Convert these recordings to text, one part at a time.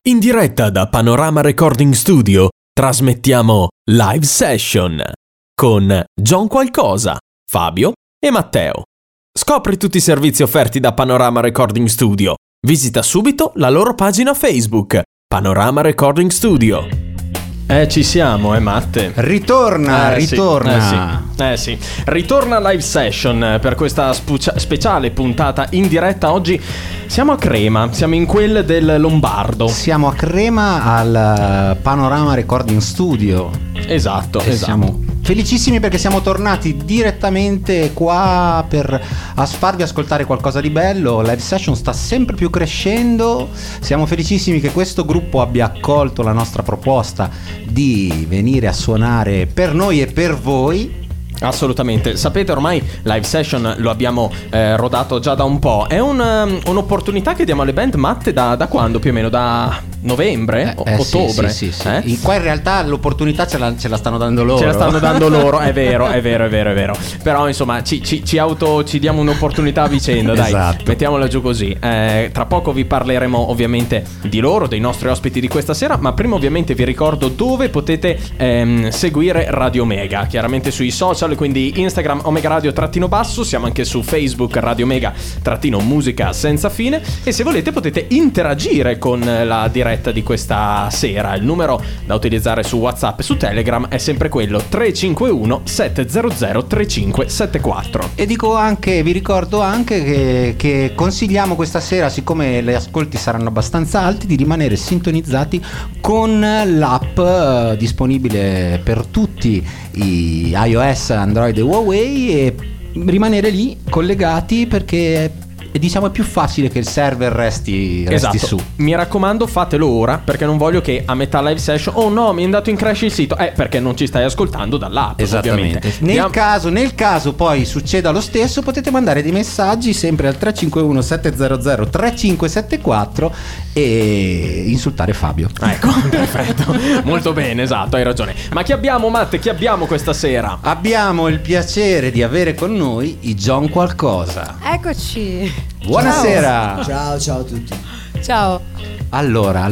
In diretta da Panorama Recording Studio trasmettiamo Live Session con John Qualcosa, Fabio e Matteo. Scopri tutti i servizi offerti da Panorama Recording Studio. Visita subito la loro pagina Facebook, Panorama Recording Studio. Ci siamo, Matte. Ritorna. Sì. Ritorna Live Session per questa speciale puntata in diretta. Oggi siamo a Crema, siamo in quel del Lombardo. Siamo a Crema al Panorama Recording Studio. Esatto. Siamo felicissimi perché siamo tornati direttamente qua per farvi ascoltare qualcosa di bello. Live Session sta sempre più crescendo. Siamo felicissimi che questo gruppo abbia accolto la nostra proposta di venire a suonare per noi e per voi. Assolutamente, sapete ormai Live Session lo abbiamo rodato già da un po'. È un'opportunità che diamo alle band, Matte, da quando più o meno? Da novembre? Ottobre? Sì. Qua in realtà l'opportunità ce la stanno dando loro. Ce la stanno dando loro, è vero. Però insomma ci diamo un'opportunità a vicenda, dai. Esatto. Mettiamola giù così. Tra poco vi parleremo ovviamente di loro, dei nostri ospiti di questa sera, ma prima ovviamente vi ricordo dove potete seguire Radio Omega. Chiaramente sui social, quindi Instagram Omega Radio _basso, siamo anche su Facebook Radio Omega _musica senza fine, e se volete potete interagire con la diretta di questa sera. Il numero da utilizzare su WhatsApp e su Telegram è sempre quello 351 700 3574. E vi ricordo anche che consigliamo questa sera, siccome gli ascolti saranno abbastanza alti, di rimanere sintonizzati con l'app disponibile per tutti i iOS, Android e Huawei, e rimanere lì collegati perché è più facile che il server resti su. Mi raccomando, fatelo ora, perché non voglio che a metà live session oh no, mi è andato in crash il sito, perché non ci stai ascoltando dall'app. Esattamente. Nel caso poi succeda lo stesso, potete mandare dei messaggi sempre al 351 700 3574 e insultare Fabio. Ecco, perfetto. Molto bene, esatto, hai ragione. Ma chi abbiamo, Matte? Chi abbiamo questa sera? Abbiamo il piacere di avere con noi i John Qualcosa. Eccoci. Buonasera. Ciao a tutti. Ciao. Allora,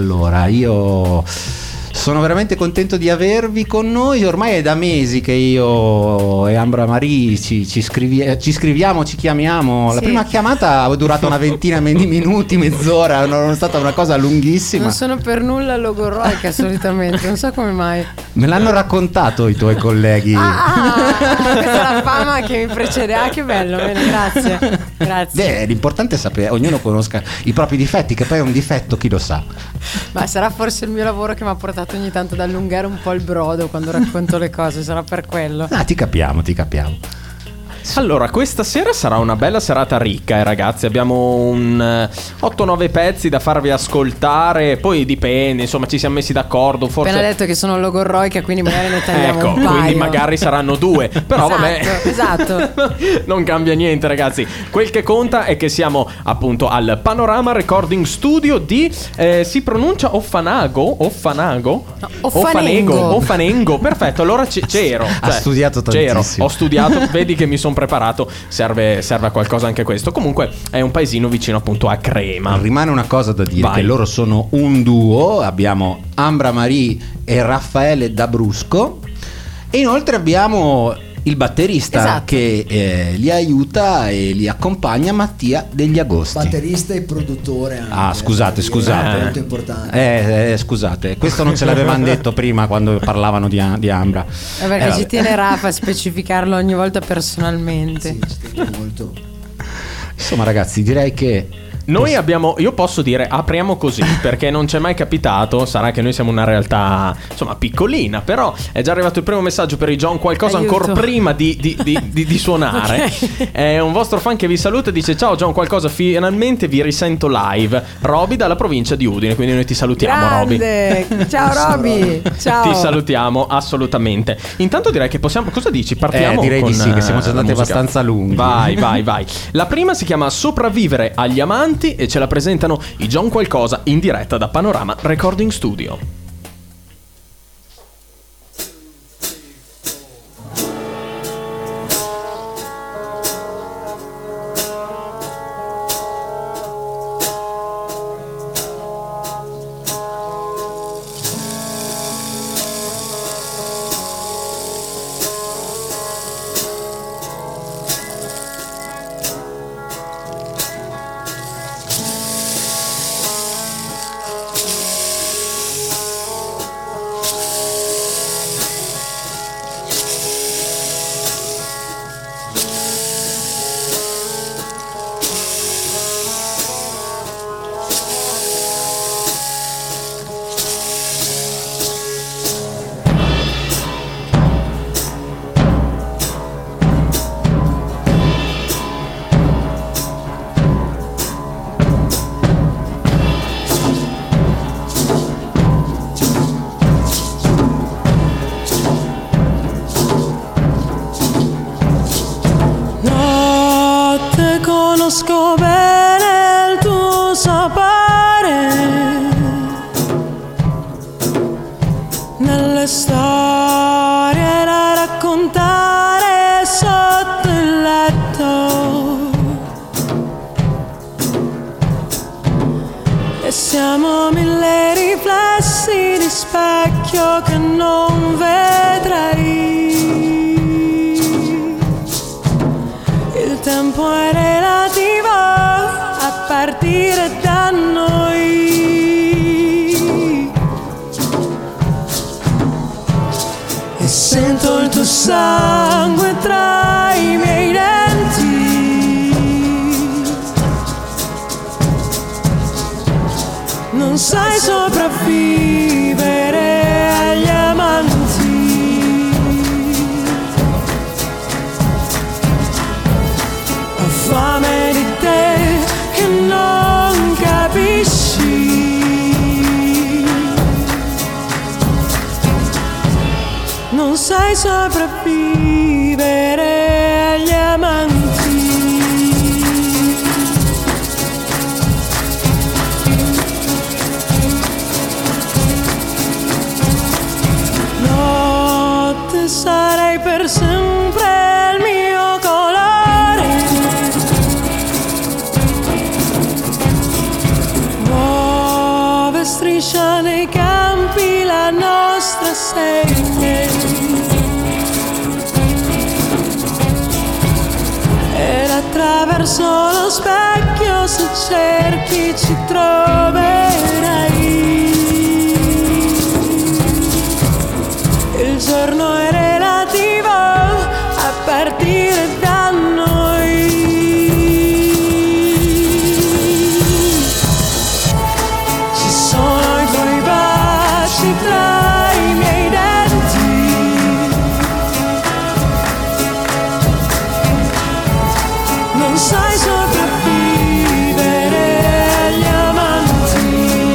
io sono veramente contento di avervi con noi. Ormai è da mesi che io e Ambra Marie ci scriviamo, ci chiamiamo. La prima chiamata è durata una ventina di minuti, mezz'ora, non è stata una cosa lunghissima. Non sono per nulla logorroica solitamente, non so come mai. Me l'hanno raccontato i tuoi colleghi. Questa è la fama che mi precede. Che bello, bene, grazie. L'importante è sapere, ognuno conosca i propri difetti, che poi è un difetto, chi lo sa. Ma sarà forse il mio lavoro che mi ha portato ogni tanto ad allungare un po' il brodo quando racconto le cose, sarà per quello. Ti capiamo. Allora, questa sera sarà una bella serata ricca, ragazzi. Abbiamo un 8-9 pezzi da farvi ascoltare. Poi dipende, insomma, ci siamo messi d'accordo. Forse appena detto che sono logorroica, quindi magari ne tagliamo un paio. Quindi magari saranno 2. Però esatto. Non cambia niente, ragazzi. Quel che conta è che siamo appunto al Panorama Recording Studio di si pronuncia Offanago? No, Offanengo. Perfetto, allora c'ero. Ha studiato tantissimo. Ho studiato, vedi che mi sono preparato. Serve a qualcosa anche questo. Comunque è un paesino vicino appunto a Crema. Rimane una cosa da dire. Vai. Che loro sono un duo. Abbiamo Ambra Marie e Raffaele D'Abrusco, e inoltre abbiamo il batterista, esatto, che li aiuta e li accompagna, Mattia Degli Agosti. Batterista e produttore anche. Scusate. Molto importante. Scusate, questo non ce l'avevano detto prima quando parlavano di Ambra. Perché ci tiene Rafa a specificarlo ogni volta personalmente. Sì, ci tengo molto. Insomma, ragazzi, direi che noi abbiamo, io posso dire, apriamo così perché non c'è mai capitato. Sarà che noi siamo una realtà, insomma, piccolina, però è già arrivato il primo messaggio per i John Qualcosa. Aiuto. Ancora prima di suonare. Okay. È un vostro fan che vi saluta e dice: ciao John Qualcosa, finalmente vi risento live. Roby dalla provincia di Udine, quindi noi ti salutiamo. Grande. Roby. Ciao Roby. Ciao. Ti salutiamo assolutamente. Intanto direi che possiamo, cosa dici? Partiamo direi con, di sì, che siamo già andati abbastanza lunghi. Vai. La prima si chiama Sopravvivere agli amanti e ce la presentano i John Qualcosa in diretta da Panorama Recording Studio. Conosco bene il tuo sapore, nelle storie da raccontare sotto il letto, e siamo mille riflessi di specchio che non vedrai. Il tempo è relativo a partire da noi, e sento il tuo sangue tra i miei denti. Non sai sopravvivere agli amanti. Ho fame di te che non capisci. Non sai sopravvivere agli amanti. Notte sarai per sempre il mio colore, nuove striscia nei campi la nostra sete, ed attraverso lo specchio se cerchi ci troverai. Il giorno è relativo a partire da noi. Ci sono i tuoi baci tra i miei denti. Non sai sopravvivere agli amanti.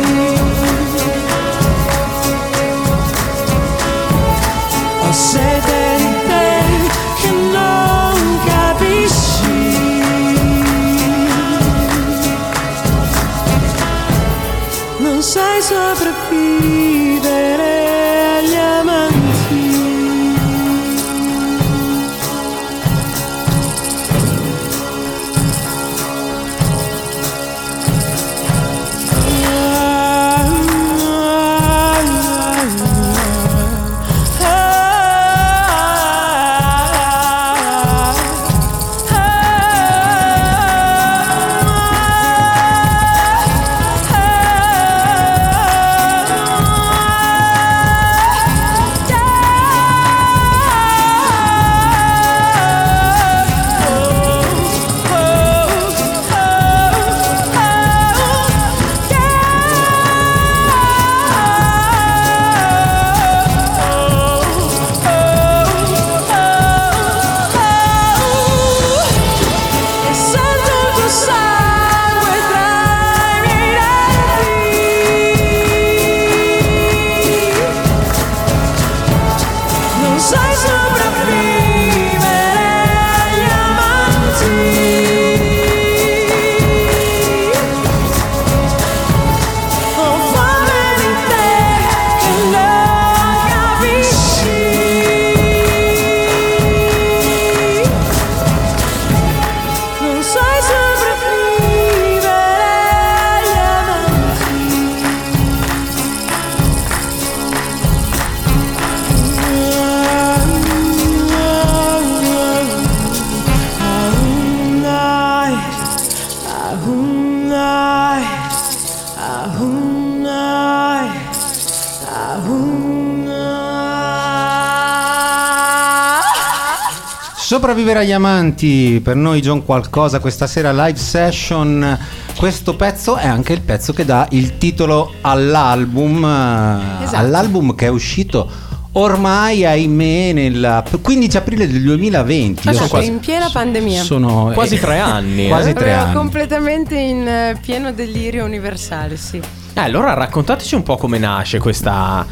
Ho sete di te che non capisci. Non sai sopravvivere agli amanti. Sopravvivere agli amanti, per noi John Qualcosa questa sera live session. Questo pezzo è anche il pezzo che dà il titolo all'album, esatto, all'album che è uscito ormai, ahimè, nel 15 aprile del 2020. Esatto, in piena pandemia. Sono quasi 3 anni. Quasi 3 anni. Completamente in pieno delirio universale, sì. Allora raccontateci un po' come nasce questa...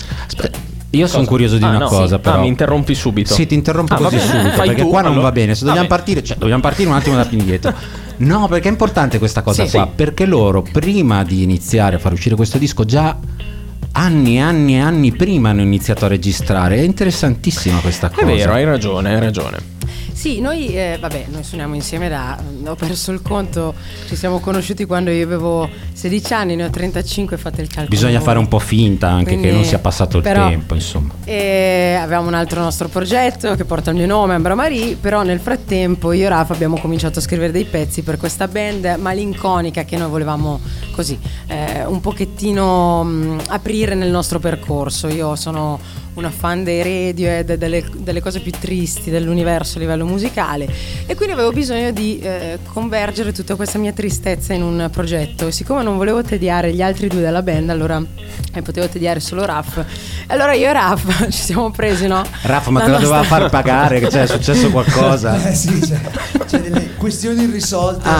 Io sono curioso di una cosa, però. Mi interrompi subito. Sì, ti interrompo così subito, Fai perché tu, qua non allora. va bene. Se dobbiamo partire, cioè dobbiamo partire un attimo da più indietro. No, perché è importante questa cosa Sì. qua, Sì. perché loro prima di iniziare a far uscire questo disco già anni e anni e anni prima hanno iniziato a registrare. È interessantissima questa cosa. È vero, hai ragione. Sì, noi suoniamo insieme ho perso il conto, ci siamo conosciuti quando io avevo 16 anni, ne ho 35, fate il calcolo. Bisogna fare un po' finta anche Quindi, che non sia passato il però, tempo, insomma. E avevamo un altro nostro progetto che porta il mio nome, Ambra Marie, però nel frattempo io e Rafa abbiamo cominciato a scrivere dei pezzi per questa band malinconica che noi volevamo così un pochettino aprire nel nostro percorso. Io sono una fan dei Radiohead, delle cose più tristi dell'universo a livello musicale, e quindi avevo bisogno di convergere tutta questa mia tristezza in un progetto. E siccome non volevo tediare gli altri due della band, allora potevo tediare solo Raff, e allora io e Raff ci siamo presi, no? Rafa, ma te la doveva far pagare, che c'è successo qualcosa? Sì, c'è delle questioni irrisolte.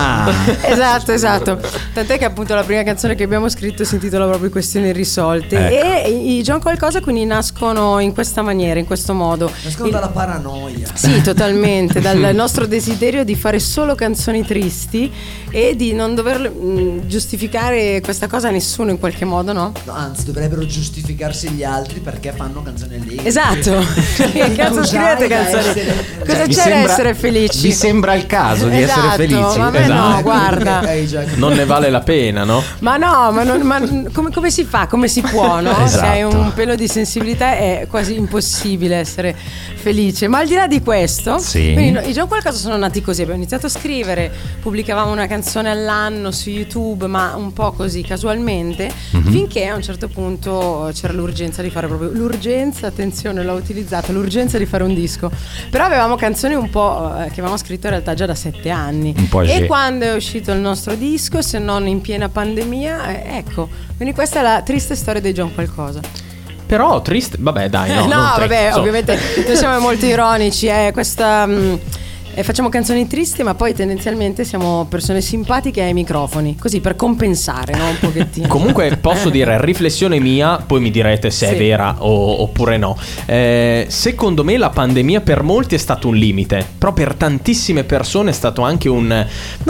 Esatto. Tant'è che appunto la prima canzone che abbiamo scritto si intitola proprio Questioni irrisolte. E i John Qualcosa quindi nascono in questa maniera, in questo modo. Nascono dalla paranoia. Sì, totalmente, dal nostro desiderio di fare solo canzoni tristi e di non dover giustificare questa cosa a nessuno in qualche modo, no? No, anzi, dovrebbero giustificarsi gli altri perché fanno canzoni allegre. Esatto. Che cazzo scrivete canzoni? Cosa Vi c'è sembra- da essere felici? Vi sembra il caso di essere Esatto, felici? ma a me no, guarda. Non ne vale la pena, no? Ma no, ma come si fa? Come si può, no? Esatto. Se hai un pelo di sensibilità è quasi impossibile essere felice. Ma al di là di questo, Sì. quindi i John Qualcosa sono nati così. Abbiamo iniziato a scrivere, pubblicavamo una canzone all'anno su YouTube, ma un po' così casualmente, finché a un certo punto c'era l'urgenza di fare proprio attenzione, l'ho utilizzata, l'urgenza di fare un disco. Però avevamo canzoni un po' che avevamo scritto in realtà già da 7 anni. Un po' E sì. quando è uscito il nostro disco, se non in piena pandemia, ecco. Quindi questa è la triste storia dei John Qualcosa. Però triste, vabbè dai, no. No, non triste, vabbè, insomma. ovviamente noi siamo molto ironici, facciamo canzoni tristi, ma poi tendenzialmente siamo persone simpatiche ai microfoni, così per compensare, no? Un pochettino. Comunque posso dire, riflessione mia, poi mi direte se Sì. è vera oppure no. Secondo me la pandemia per molti è stato un limite, però per tantissime persone è stato anche un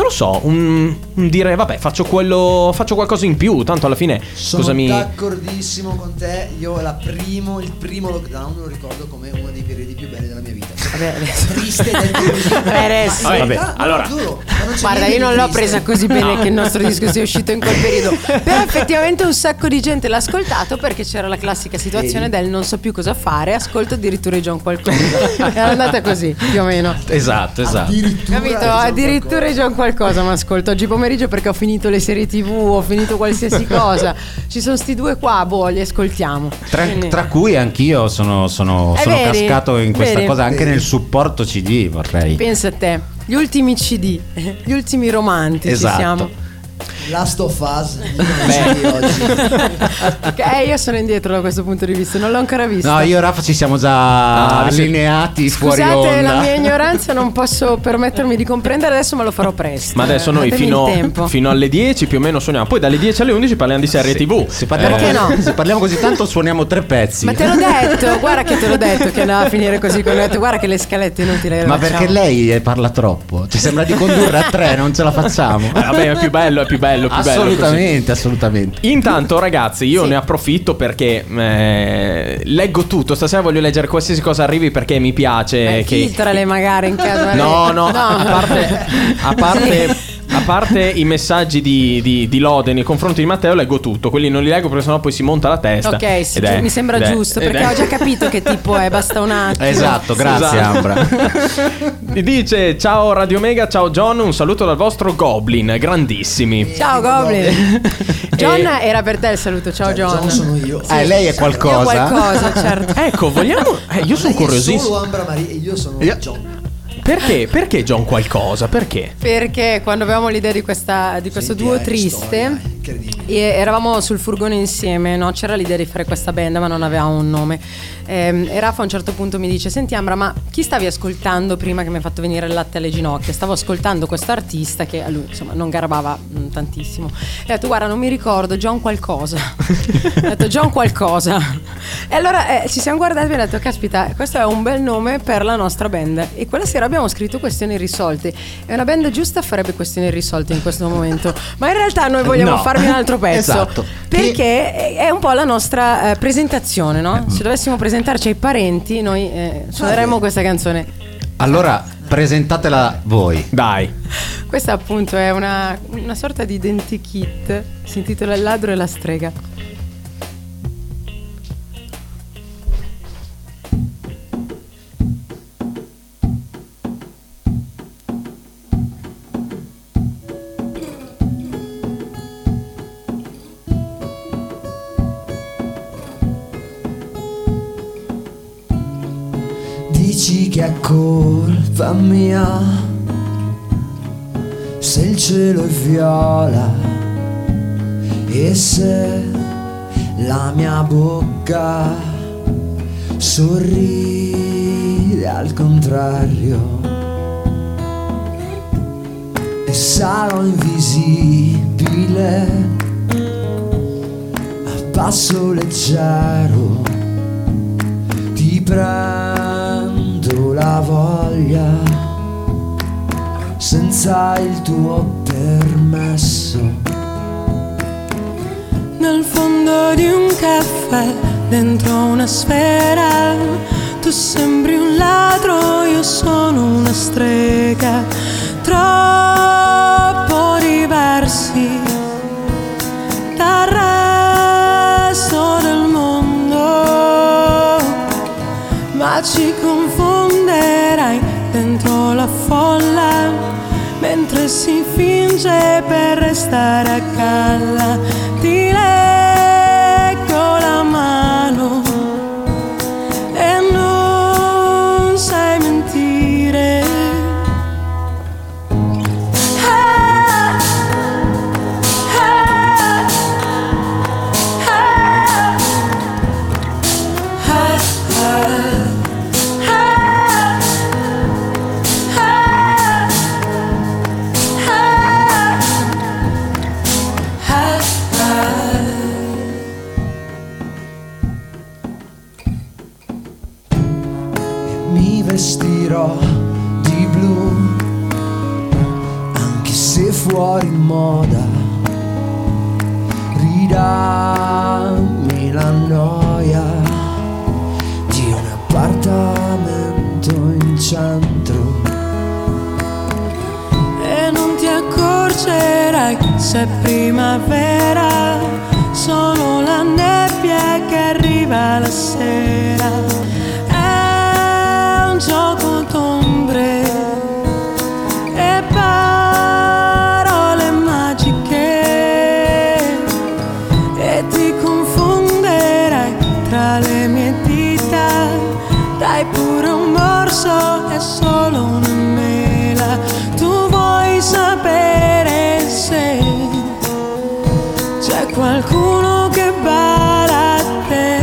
dire vabbè faccio qualcosa in più, tanto alla fine Sono cosa mi... d'accordissimo con te. Io il primo lockdown lo ricordo come uno dei periodi più belli della mia vita. Vabbè, adesso. Triste del periodo. Adesso. Vabbè, No, allora- giuro, ma non c'è Guarda, niente io non di l'ho triste. presa così bene che il nostro disco sia uscito in quel periodo. Però effettivamente un sacco di gente l'ha ascoltato perché c'era la classica situazione del non so più cosa fare, ascolto addirittura i John Qualcosa. È andata così, più o meno. Esatto. Capito? Addirittura i John Qualcosa mi ascolto oggi pomeriggio perché ho finito le serie TV, ho finito qualsiasi cosa. Ci sono sti due qua, li ascoltiamo. Quindi- Tra cui anch'io sono vedi? cascato in questa Vedi? cosa, anche nel supporto CD vorrei. Pensa a te, gli ultimi CD, gli ultimi romantici Esatto. siamo. Last of Us di oggi. Io sono indietro da questo punto di vista, non l'ho ancora vista. No, io e Rafa ci siamo già allineati fuori Scusate onda. la mia ignoranza, non posso permettermi di comprendere adesso, ma lo farò presto. Ma adesso noi Datemi il tempo. fino alle 10 più o meno suoniamo, poi dalle 10 alle 11 parliamo di serie TV. Se parliamo, Perché no? se parliamo così tanto suoniamo 3 pezzi. Ma te l'ho detto, guarda che te l'ho detto che andava a finire così. Ho detto, guarda che le scalette inutili. Ma perché lei parla troppo? Ci sembra di condurre a 3, non ce la facciamo. Vabbè, è più bello Assolutamente. Intanto ragazzi io Sì. ne approfitto perché leggo tutto. Stasera voglio leggere qualsiasi cosa arrivi perché mi piace filtrale magari in caso. No, a parte i messaggi di lode nei confronti di Matteo, leggo tutto. Quelli non li leggo perché sennò poi si monta la testa. Ok, sì, Ed è- mi sembra ed è- giusto ed perché è- ho già capito che tipo è, basta un attimo. Esatto, grazie Esatto. Ambra. Mi dice ciao Radio Mega, ciao John, un saluto dal vostro Goblin, grandissimi. Ciao Goblin. John E- era per te il saluto, ciao John. John sono io. Lei è Io qualcosa. qualcosa, certo. Ecco, vogliamo... io sono Lei è curiosissimo. solo Ambra Marie e io sono Io- John. Perché John qualcosa? Perché? Perché quando avevamo l'idea di questo Senti, duo storia, triste incredibile. e eravamo sul furgone insieme, no? C'era l'idea di fare questa band ma non avevamo un nome. E Rafa a un certo punto mi dice: senti Ambra, ma chi stavi ascoltando prima che mi hai fatto venire il latte alle ginocchia? Stavo ascoltando questo artista che a lui insomma non garbava tantissimo. E ho detto: guarda, non mi ricordo, John qualcosa. Ho detto John qualcosa. E allora ci siamo guardati e abbiamo detto: caspita, questo è un bel nome per la nostra band. E quella sera abbiamo scritto Questioni irrisolte. E una band giusta farebbe questioni irrisolte in questo momento. Ma in realtà noi vogliamo farvi un altro pezzo. Esatto. Perché è un po' la nostra presentazione, no? Se dovessimo presentarci ai parenti, noi suoneremmo questa canzone. Allora, presentatela voi. Dai. Questa appunto è una sorta di identikit. Si intitola Il ladro e la strega. Dici che è colpa mia se il cielo è viola e se la mia bocca sorride al contrario, e sarò invisibile a passo leggero, ti prendo la voglia senza il tuo permesso. Nel fondo di un caffè, dentro una sfera, tu sembri un ladro, io sono una strega, troppo diversi dal resto del mondo, ma ci confonderai dentro la folla, mentre si finge per restare a galla. Ti leggo la mano e non sai mentire. Ah, ah, ah, Mi vestirò di blu, anche se fuori moda, ridammi la noia di un appartamento in centro. e non ti accorgerai se è primavera, sono la nebbia che arriva la sera. È un gioco d'ombre e parole magiche, e ti confonderai tra le mie dita. Dai pure un morso, è solo una mela. Tu vuoi sapere se c'è qualcuno che bada a te?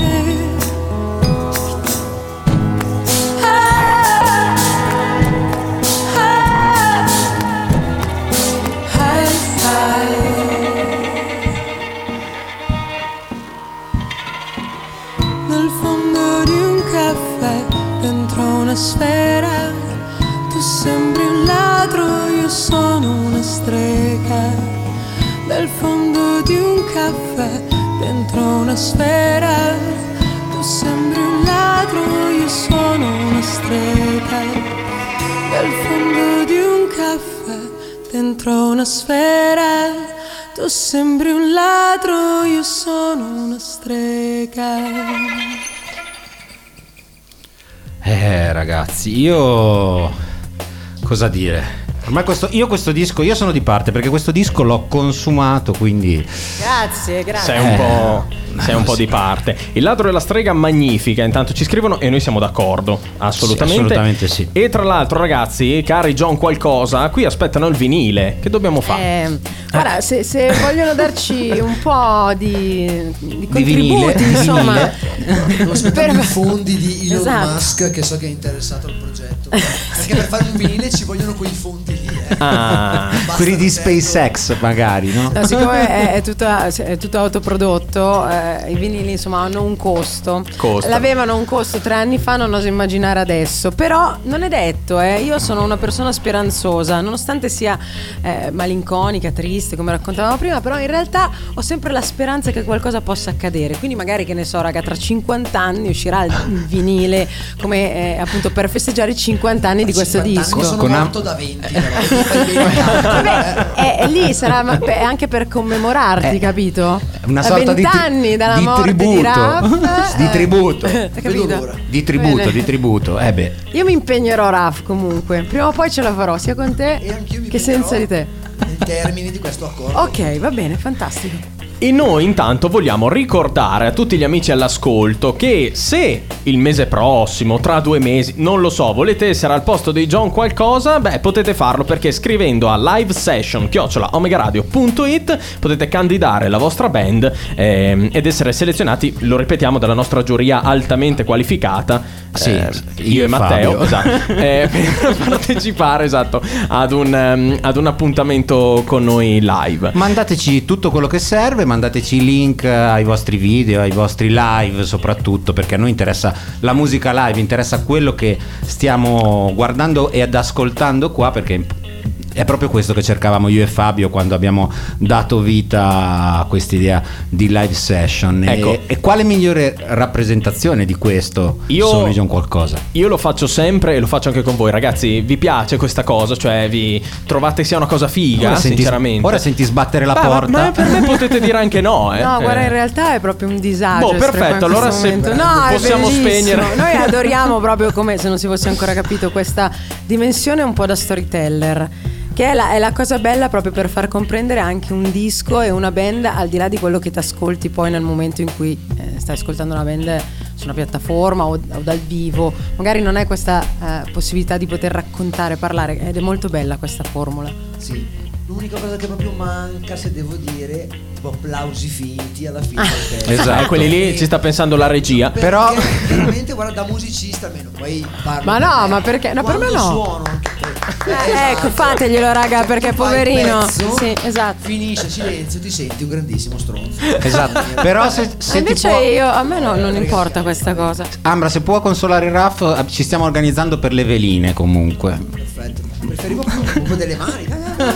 Nel fondo di un caffè, dentro una sfera, tu sembri un ladro, io sono una strega. Nel fondo di un caffè, dentro una sfera, tu sembri un ladro, io sono una strega. Nel fondo di un caffè, dentro una sfera, tu sembri un ladro, io sono una strega. Ragazzi, io cosa dire? Ormai questo disco, io sono di parte perché questo disco l'ho consumato, quindi Grazie. Sei un po' di parte. Il ladro e la strega magnifica, intanto ci scrivono e noi siamo d'accordo, assolutamente. Sì, assolutamente sì. E tra l'altro ragazzi, cari John qualcosa, qui aspettano il vinile, che dobbiamo fare? Guarda, se vogliono darci un po' di contributi, vinile, insomma, Devo aspettare i fondi di Elon Esatto. Musk, che so che è interessato al progetto. Perché per fare un vinile ci vogliono quei fondi quelli lì, quelli di SpaceX magari, no? No, siccome è tutto autoprodotto, i vinili insomma hanno un costo. L'avevano un costo 3 anni fa, non oso immaginare adesso. Però non è detto, io sono una persona speranzosa, nonostante sia malinconica, triste, come raccontavamo prima, però in realtà ho sempre la speranza che qualcosa possa accadere. Quindi magari, che ne so, raga, tra 50 anni uscirà il vinile come appunto per festeggiare i 50 anni di questo disco. Sono morto da 20. Lì sarà anche per commemorarti, capito? Una sorta 20 anni dalla morte tributo. di Raf. Di tributo. Di tributo. Beh. Io mi impegnerò, Raf, comunque. Prima o poi ce la farò, sia con te E anch'io mi che senza di te. Nei termini di questo accordo. Ok, va bene, fantastico. E noi intanto vogliamo ricordare a tutti gli amici all'ascolto che se il mese prossimo, tra 2 mesi, non lo so, volete essere al posto dei John qualcosa, potete farlo, perché scrivendo a livesession@omegaradio.it potete candidare la vostra band ed essere selezionati, lo ripetiamo, dalla nostra giuria altamente qualificata. Io e Matteo, esatto, per partecipare, esatto, ad un appuntamento con noi live. Mandateci tutto quello che serve, mandateci i link ai vostri video, ai vostri live soprattutto, perché a noi interessa la musica live, interessa quello che stiamo guardando ed ascoltando qua, perché è proprio questo che cercavamo io e Fabio quando abbiamo dato vita a quest'idea di live session. Ecco. E quale migliore rappresentazione di questo sono i John Qualcosa? Io lo faccio sempre e lo faccio anche con voi, ragazzi. Vi piace questa cosa? Cioè, vi trovate sia una cosa figa, sinceramente? Ora senti sbattere la porta. Ma per me potete dire anche no. No, guarda, in realtà è proprio un disagio. Perfetto, allora se possiamo spegnere. Noi adoriamo proprio, come se non si fosse ancora capito, questa dimensione un po' da storyteller, che è la cosa bella, proprio per far comprendere anche un disco e una band al di là di quello che ti ascolti poi nel momento in cui stai ascoltando una band su una piattaforma o dal vivo. Magari non hai questa possibilità di poter raccontare, parlare, ed è molto bella questa formula. Sì, l'unica cosa che proprio manca, se devo dire, tipo applausi finti alla fine del testo. Esatto, quelli lì ci sta pensando la regia. Però veramente, guarda, da musicista almeno poi parlo. Ma no, ma perché? No, per me no. Suono anche te. Ecco, fateglielo, raga, perché poverino. Sì, esatto. Finisce silenzio, ti senti un grandissimo stronzo. Esatto. Però se invece a me non importa questa cosa. Ambra, se può consolare il Raff, ci stiamo organizzando per le veline comunque. Perfetto. Preferivo più un po' delle mani.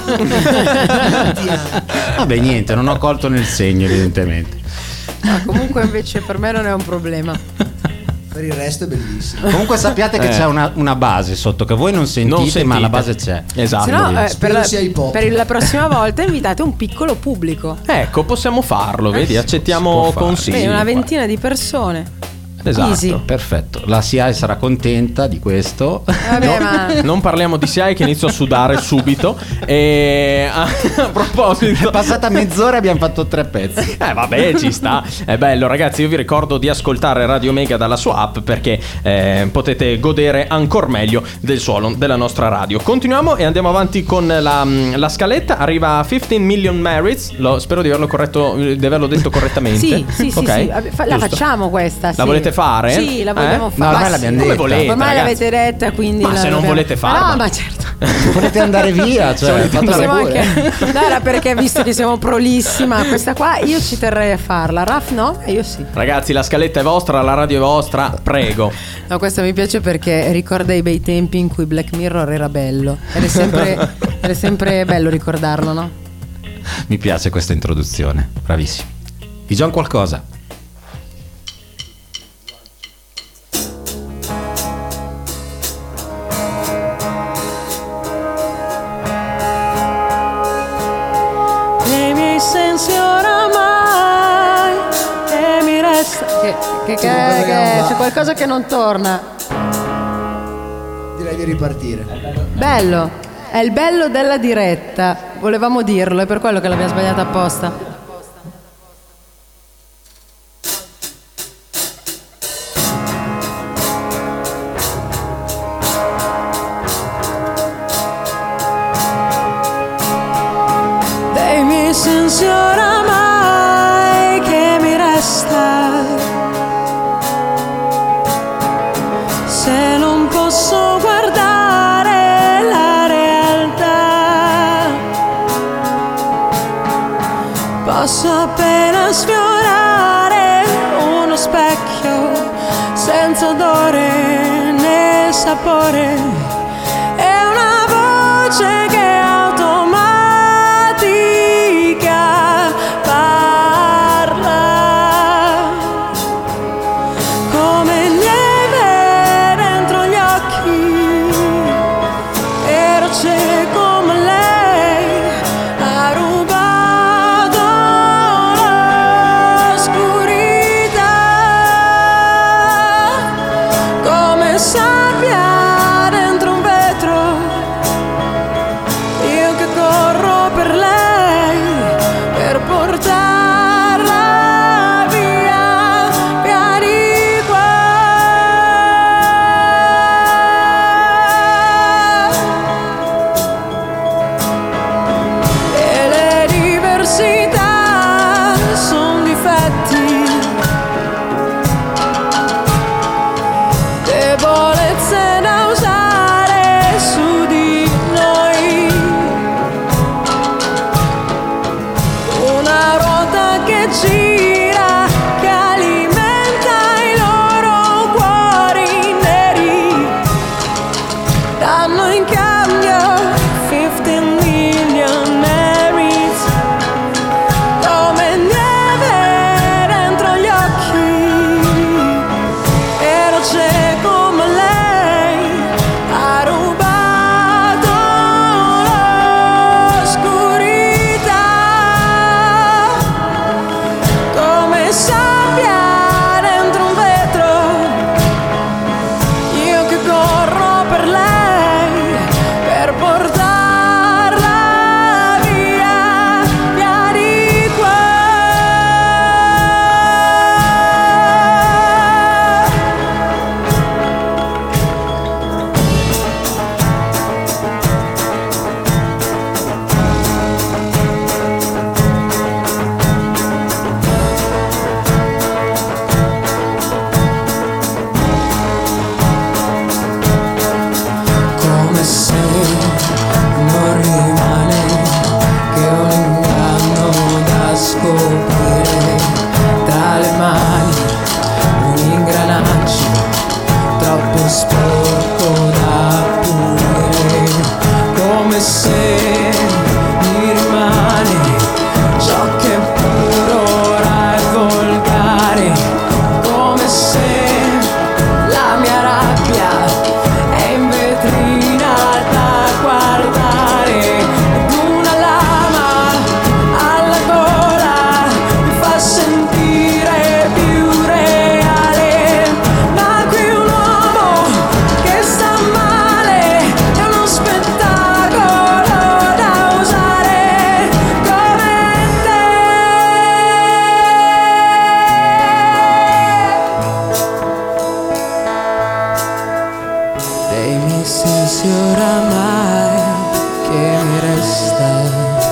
Vabbè, niente, non ho colto nel segno, evidentemente. Comunque invece per me non è un problema. Per il resto è bellissimo. Comunque sappiate che c'è una base sotto che voi non sentite, ma la base c'è. Esatto. Sennò, per la prossima volta invitate un piccolo pubblico. Ecco, possiamo farlo, vedi, accettiamo consigli. Una ventina di persone. Esatto, easy. Perfetto. La SIAE sarà contenta di questo. Vabbè, ma non parliamo di SIAE che inizio a sudare subito. E a proposito, è passata mezz'ora e abbiamo fatto 3 pezzi. Vabbè, ci sta. È bello, ragazzi. Io vi ricordo di ascoltare Radio Mega dalla sua app, perché potete godere ancora meglio del suono della nostra radio. Continuiamo e andiamo avanti con la scaletta. Arriva 15 Million Merits. Spero di averlo detto correttamente. Sì, okay. sì. La facciamo questa. La volete fare? Sì, la vogliamo fare. No, ormai l'abbiamo come detta. volete, ormai ragazzi. l'avete detta, quindi ma se non volete farla. No, ma certo. Volete andare via? Cioè, Possiamo anche. No, era perché, visto che siamo prolissi, ma questa qua io ci terrei a farla. Raf no? E io sì. Ragazzi, la scaletta è vostra, la radio è vostra, prego. No, questa mi piace perché ricorda i bei tempi in cui Black Mirror era bello. Ed è sempre bello ricordarlo, no? Mi piace questa introduzione. Bravissimo. I John Qualcosa. Sensi oramai e mi resta Che c'è qualcosa che non torna. Direi di ripartire. Bello. È il bello della diretta. Volevamo dirlo, è per quello che l'abbiamo sbagliata apposta. sensi oramai che mi resta, se non posso guardare la realtà, specchio, senza odore né sapore, è una voce che è automatica, parla come neve dentro gli occhi, ero cieco ma lei ha rubato l'oscurità, come sabbia dentro un vetro, io che corro per lei, per portarla via, via di qua. E le diversità son difetti, debolezze da usare su di noi, una ruota che gira, che alimenta i loro cuori neri, danno in cambio 15 millionaires, come neve dentro gli occhi, ero cieco ma lei ha rubato l'oscurità, come sabbia dentro un vetro, io che corro per lei, per portarla via, via di qua. Come se non rimane che un inganno da scoprire, tra le mani un ingranaggio troppo sporco da pulire, come se mi rimane ciò che è puro ora è volgare, come se la mia rabbia è in vetrina da guardare, ed una lama alla gola mi fa sentire più reale, ma qui un uomo che sta male è uno spettacolo da usare, come te. Dei miei sensi oramai che mi resta,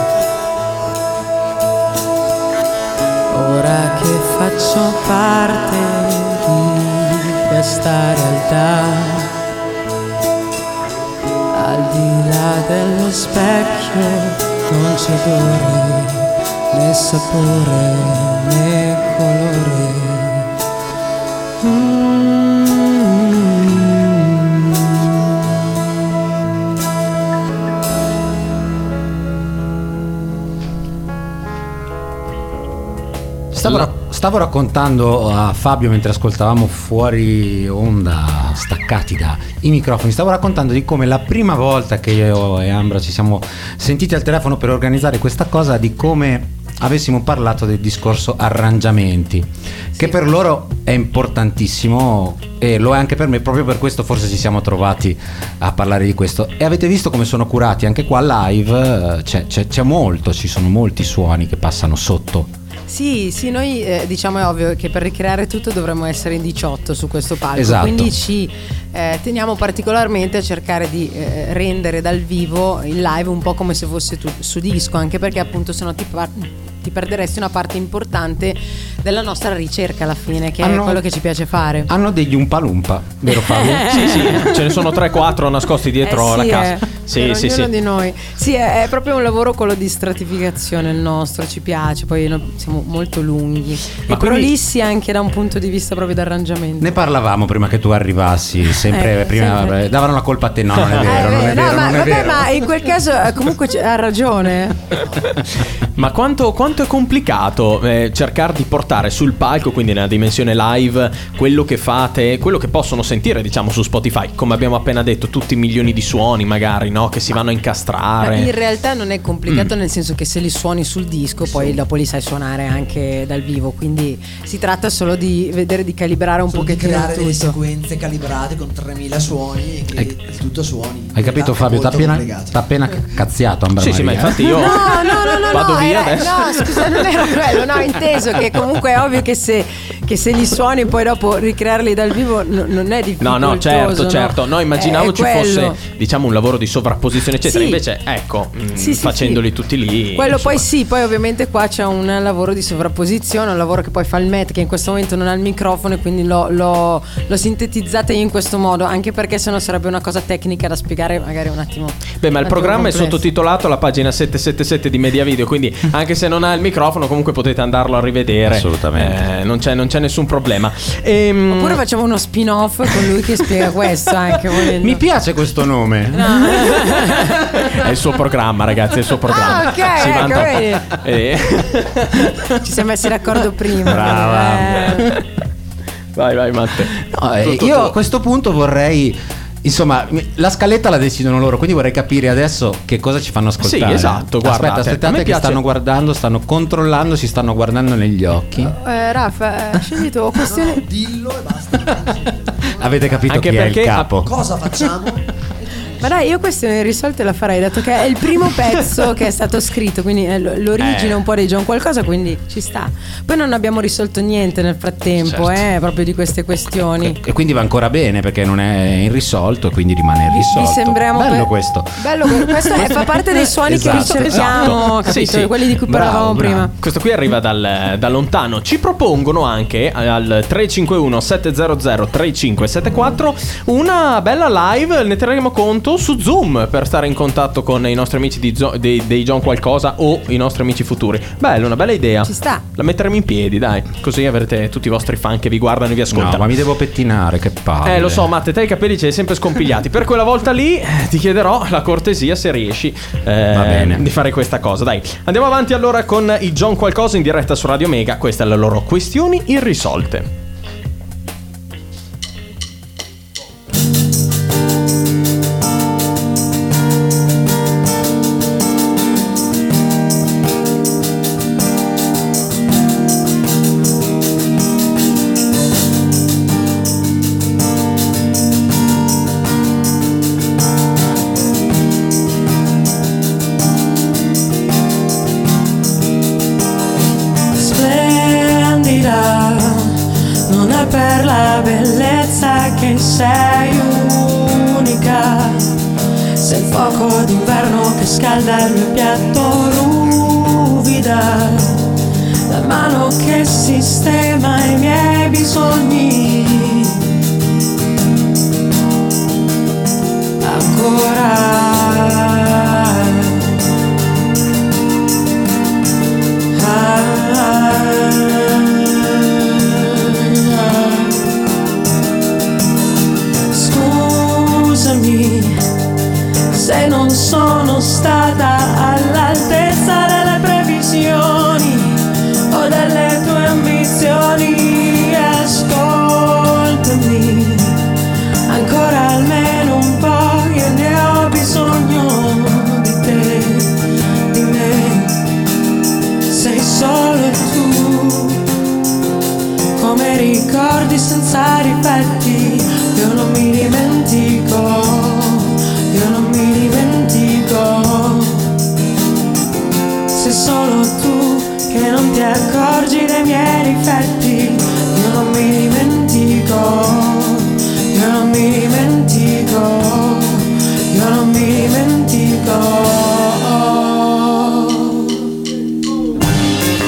ora che faccio parte di questa realtà, al di là dello specchio non c'è odore né sapore né colore. Stavo raccontando a Fabio mentre ascoltavamo fuori onda, staccati dai microfoni, stavo raccontando di come la prima volta che io e Ambra ci siamo sentiti al telefono per organizzare questa cosa, di come avessimo parlato del discorso arrangiamenti, che per loro è importantissimo e lo è anche per me, proprio per questo forse ci siamo trovati a parlare di questo. E avete visto come sono curati anche qua live, c'è molto, ci sono molti suoni che passano sotto. Sì, noi diciamo è ovvio che per ricreare tutto dovremmo essere in 18 su questo palco, esatto. Quindi ci teniamo particolarmente a cercare di rendere dal vivo il live un po' come se fosse su disco, anche perché appunto sennò ti ti perderesti una parte importante della nostra ricerca alla fine, che è Hanno- quello che ci piace fare. Hanno degli Umpa-Lumpa, vero Fabio? Sì, sì, ce ne sono 3-4 nascosti dietro la casa. Sì, per sì, ognuno sì. di noi. Sì, è proprio un lavoro quello di stratificazione il nostro, ci piace, poi siamo molto lunghi Ma e quindi- prolissi anche da un punto di vista proprio d'arrangiamento. Ne parlavamo prima che tu arrivassi, sempre prima sempre. davano la colpa a te. No, non è vero, non è no, vero, ma, non è vabbè, vero. ma in quel caso comunque ha ragione. Ma quanto è complicato cercare di portare sul palco, quindi nella dimensione live, quello che fate, quello che possono sentire, diciamo, su Spotify, come abbiamo appena detto, tutti i milioni di suoni magari, no? Che si vanno a Ma incastrare. in realtà non è complicato, nel senso che se li suoni sul disco poi dopo li sai suonare anche dal vivo, quindi si tratta solo di vedere di calibrare un Solo di pochettino creare delle tutto. sequenze calibrate con 3000 suoni e che il tutto suoni. Hai capito, È Fabio? T'ha molto appena, complicato. t'ha appena cazziato Ambra Sì, sì, ma Maria. infatti io No, vado via adesso. No, scusa, non era quello, no, inteso che comunque è ovvio che se li suoni poi dopo ricrearli dal vivo non è difficile. No, certo. Noi immaginavo ci fosse, diciamo, un lavoro di sovrapposizione, eccetera. Sì. Invece, ecco, Sì, facendoli tutti lì. Quello insomma. poi sì, poi ovviamente qua c'è un lavoro di sovrapposizione, un lavoro che poi fa il Matt, che in questo momento non ha il microfono e quindi l'ho sintetizzata io in questo modo, anche perché sennò sarebbe una cosa tecnica da spiegare magari un attimo. Beh, ma il un attimo programma è complesso. sottotitolato alla pagina 777 di Media Video, quindi anche se non ha il microfono comunque potete andarlo a rivedere. Assolutamente. Non c'è nessun problema. Oppure facciamo uno spin-off con lui che spiega questo anche volendo. Mi piace questo nome. È il suo programma, ragazzi, è il suo programma. Ah, ok, Si ecco, vanta- vedi. Ci siamo messi d'accordo prima. Brava. Vai, Matte. No, Tutto io tu. a questo punto vorrei, insomma, la scaletta la decidono loro, quindi vorrei capire adesso che cosa ci fanno ascoltare. Sì, esatto, guardate, a aspettate me che piace- stanno guardando, stanno controllando, si stanno guardando negli occhi. Raffa, scegli tu, questione. Dillo e basta. Avete capito Anche chi è il perché- capo? Cosa facciamo? Ma dai, io questione risolte la farei, dato che è il primo pezzo che è stato scritto, quindi è l'origine un po' di John qualcosa, quindi ci sta. Poi non abbiamo risolto niente nel frattempo, proprio di queste questioni. E quindi va ancora bene perché non è irrisolto, quindi rimane irrisolto. Mi sembriamo bello questo. Bello, questo fa parte dei suoni Esatto, che ricerchiamo, esatto. capito? Sì. Quelli di cui Bravo, parlavamo bravo. prima. Questo qui arriva da lontano. Ci propongono anche al 351 700 3574 una bella live, ne terremo conto su Zoom per stare in contatto con i nostri amici dei John Qualcosa o i nostri amici futuri. Bello, una bella idea. Ci sta. La metteremo in piedi, dai. Così avrete tutti i vostri fan che vi guardano e vi ascoltano. No, ma mi devo pettinare, che palle. Lo so, Matte, te i capelli ce li hai sempre scompigliati. Per quella volta lì ti chiederò la cortesia se riesci Va bene. di fare questa cosa. Dai, andiamo avanti allora con i John Qualcosa in diretta su Radio Mega. Queste le loro questioni irrisolte. Splendida, non è per la bellezza che sei unica. Sei il fuoco d'inverno che scalda il mio piatto, ruvida, la mano che sistema i miei bisogni. Ancora scusami se non sono stata all'altezza delle previsioni o delle tue ambizioni. Ascoltami ancora almeno un po', io ne ho bisogno di te, di me. Sei solo tu, come ricordi senza rifletti. Io non mi dimentico, io non mi dimentico. Sei solo tu che non ti accorgi dei miei difetti. Io non mi dimentico, io non mi dimentico, io non mi dimentico.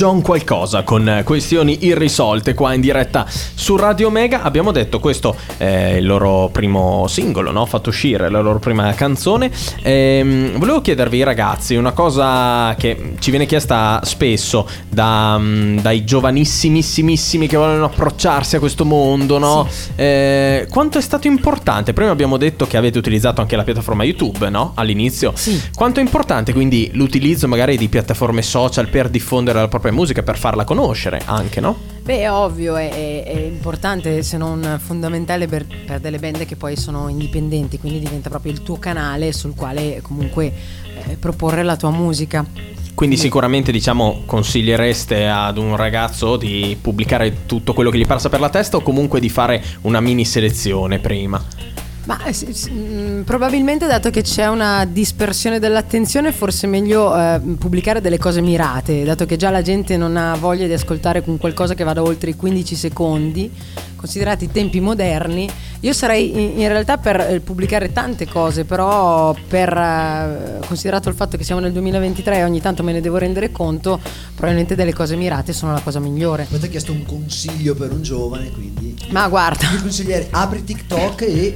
John Qualcosa con Questioni irrisolte qua in diretta su Radio Mega. Abbiamo detto questo è il loro primo singolo, no? Fatto uscire la loro prima canzone. Volevo chiedervi ragazzi una cosa che ci viene chiesta spesso dai giovanissimissimi che vogliono approcciarsi a questo mondo, no? Sì. Quanto è stato importante? Prima abbiamo detto che avete utilizzato anche la piattaforma YouTube, no? All'inizio. Sì. Quanto è importante quindi l'utilizzo magari di piattaforme social per diffondere la propria musica, per farla conoscere anche, no? Beh, è ovvio, è importante, se non fondamentale per delle band che poi sono indipendenti, quindi diventa proprio il tuo canale sul quale comunque proporre la tua musica. Quindi sicuramente, diciamo, consigliereste ad un ragazzo di pubblicare tutto quello che gli passa per la testa, o comunque di fare una mini selezione prima? Ma probabilmente, dato che c'è una dispersione dell'attenzione, forse è meglio pubblicare delle cose mirate, dato che già la gente non ha voglia di ascoltare con qualcosa che vada oltre i 15 secondi, considerati i tempi moderni. Io sarei in realtà per pubblicare tante cose, però considerato il fatto che siamo nel 2023 e ogni tanto me ne devo rendere conto, probabilmente delle cose mirate sono la cosa migliore. Poi ti ho chiesto un consiglio per un giovane, quindi ma guarda, ti consigliere, apri TikTok e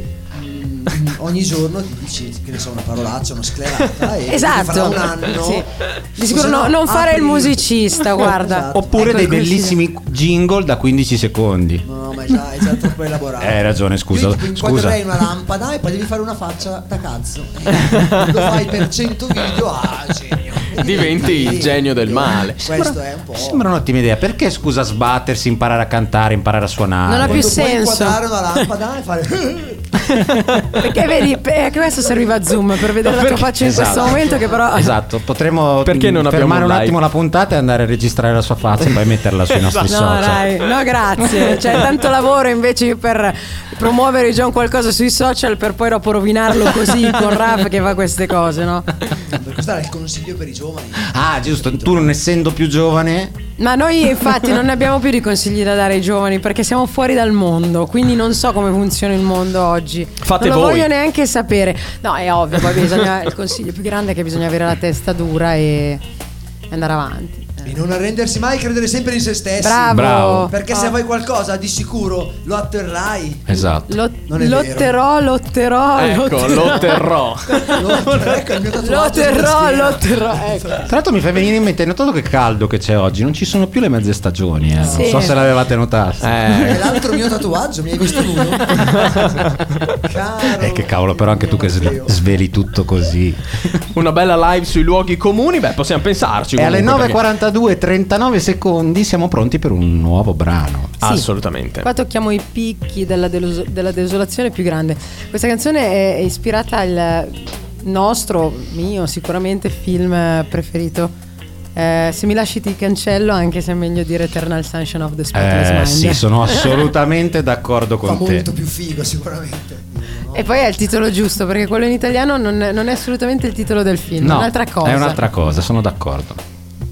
ogni giorno ti dici, che ne so, una parolaccia, una sclerata, e esatto, farà un anno. Sì. Di sicuro non fare il musicista, guarda. Esatto. Oppure Ecco, dei bellissimi jingle da 15 secondi. No, ma è già troppo elaborato. Hai ragione, scusa. Quando hai una lampada e poi devi fare una faccia da cazzo. Lo fai per 100 video, genio. Diventi il genio del male. Questo è un po'. Sembra un'ottima idea. Perché, scusa, sbattersi, imparare a cantare, imparare a suonare? Non ha più Quando puoi senso. inquadrare una lampada e fare Perché vedi, anche questo serviva a Zoom per vedere la tua faccia in questo momento, che però Esatto, potremmo Perché non abbiamo fermare un live? attimo la puntata e andare a registrare la sua faccia e poi metterla sui nostri no social. dai, no grazie, c'è tanto lavoro invece per promuovere già un qualcosa sui social per poi dopo rovinarlo così con Raf che fa queste cose, no? Questo era il consiglio per i giovani. Ah, giusto, tu non essendo più giovane. Ma noi infatti non ne abbiamo più di consigli da dare ai giovani, perché siamo fuori dal mondo, quindi non so come funziona il mondo oggi. Fate non lo voi. voglio neanche sapere. No, è ovvio, poi il consiglio più grande è che bisogna avere la testa dura e andare avanti. E non arrendersi mai, credere sempre in se stessi. Bravo. Perché se vuoi qualcosa di sicuro lo otterrai. Esatto. Non è Lotterò. Ecco, lo terrò. Ecco il mio tatuaggio Lo sulla schiena. terrò, ecco. Tra l'altro mi fai venire in mente, hai notato che caldo che c'è oggi? Non ci sono più le mezze stagioni, eh. Sì. Non so se l'avevate notato. È l'altro mio tatuaggio, mi hai visto nudo? Caro. Che cavolo, però anche tu che sveli tutto così. Una bella live sui luoghi comuni, beh, possiamo pensarci. E alle comunque, perché- 9:42:39 secondi siamo pronti per un nuovo brano. Sì. Assolutamente. Qua tocchiamo i picchi della desolazione più grande. Questa canzone è ispirata al mio sicuramente film preferito. Se mi lasci ti cancello, anche se è meglio dire Eternal Sunshine of the Spotless Mind. Sì, sono assolutamente d'accordo Fa con te. molto più figo sicuramente. E poi è il titolo giusto, perché quello in italiano non è assolutamente il titolo del film, è No, un'altra cosa. è un'altra cosa, sono d'accordo.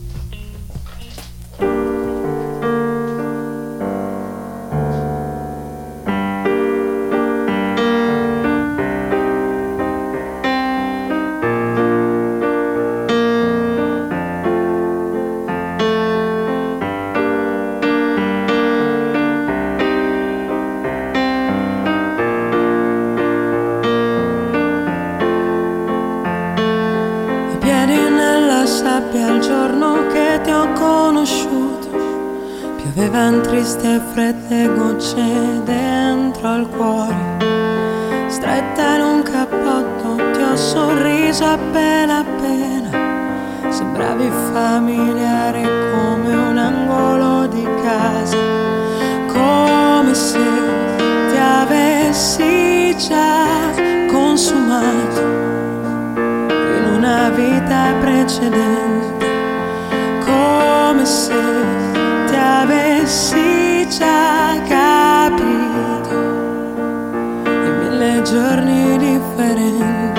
I piedi nella sabbia il giorno che ti ho conosciuto, piovevan tristi e fredde gocce dentro al cuore. Stretta in un cappotto ti ho sorriso appena, sembravi familiare come un angolo di casa, come se ti avessi già consumato in una vita precedente, come se ti avessi già capito in 1000 giorni differenti.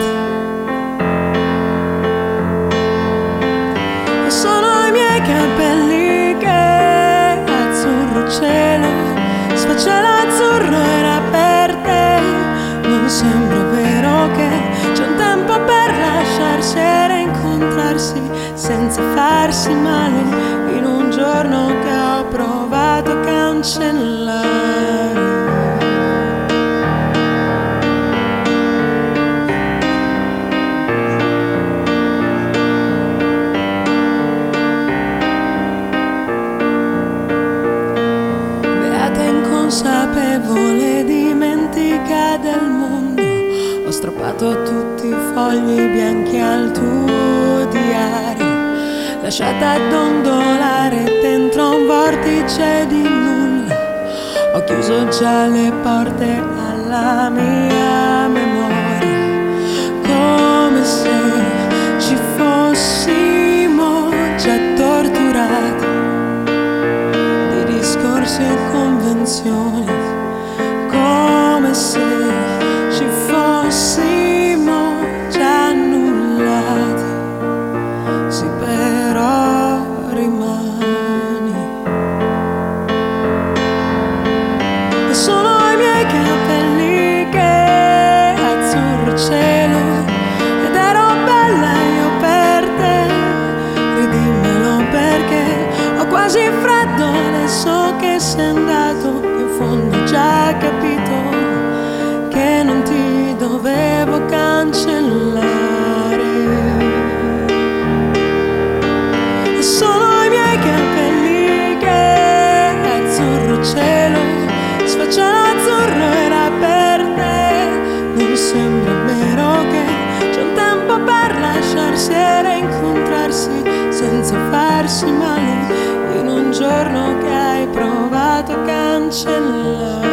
E sono i miei capelli che azzurro cielo sfaccia l'azzurro era per te. Non sembra vero che c'è un tempo per lasciarsi e incontrarsi senza farsi male in un giorno cancellare. Consapevole, dimentica del mondo, ho strappato tutti i fogli bianchi al tuo diario, lasciata dondolare dentro un vortice di nulla. Ho chiuso già le porte alla mia memoria, come se ci fossimo già torturati di discorsi e convenzioni, come se ci fossimo già annullati. Sì, però rimani. E sono i miei capelli che azzurro cielo, ed ero bella io per te. Ridimmelo perché ho quasi freddo adesso che sei andato. In fondo ho già capito che non ti dovevo cancellare. E sono i miei capelli che azzurro cielo sfacciano azzurro, era per te. Non sembra vero che c'è un tempo per lasciarsi e rincontrarsi senza farsi male in un giorno che hai provato a cancellare.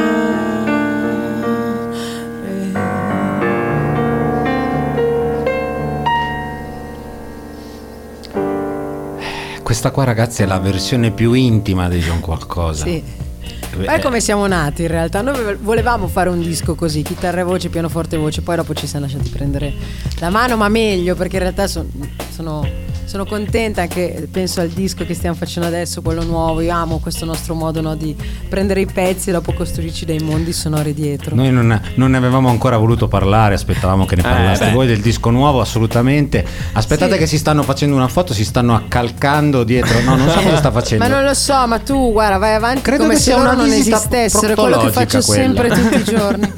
Questa qua, ragazzi, è la versione più intima di John Qualcosa. Sì. Poi come siamo nati in realtà? Noi volevamo fare un disco così, chitarra e voce, pianoforte e voce, poi dopo ci siamo lasciati prendere la mano, ma meglio, perché in realtà sono contenta, che penso al disco che stiamo facendo adesso, quello nuovo. Io amo questo nostro modo, no, di prendere i pezzi e dopo costruirci dei mondi sonori dietro. Noi non ne avevamo ancora voluto parlare, aspettavamo che ne parlaste voi del disco nuovo, assolutamente. Aspettate, sì, che si stanno facendo una foto, si stanno accalcando dietro. No, non so cosa sta facendo. Ma non lo so, ma tu guarda, vai avanti. Credo come che se sia loro una non visita esistessero, è quello che faccio sempre tutti i giorni.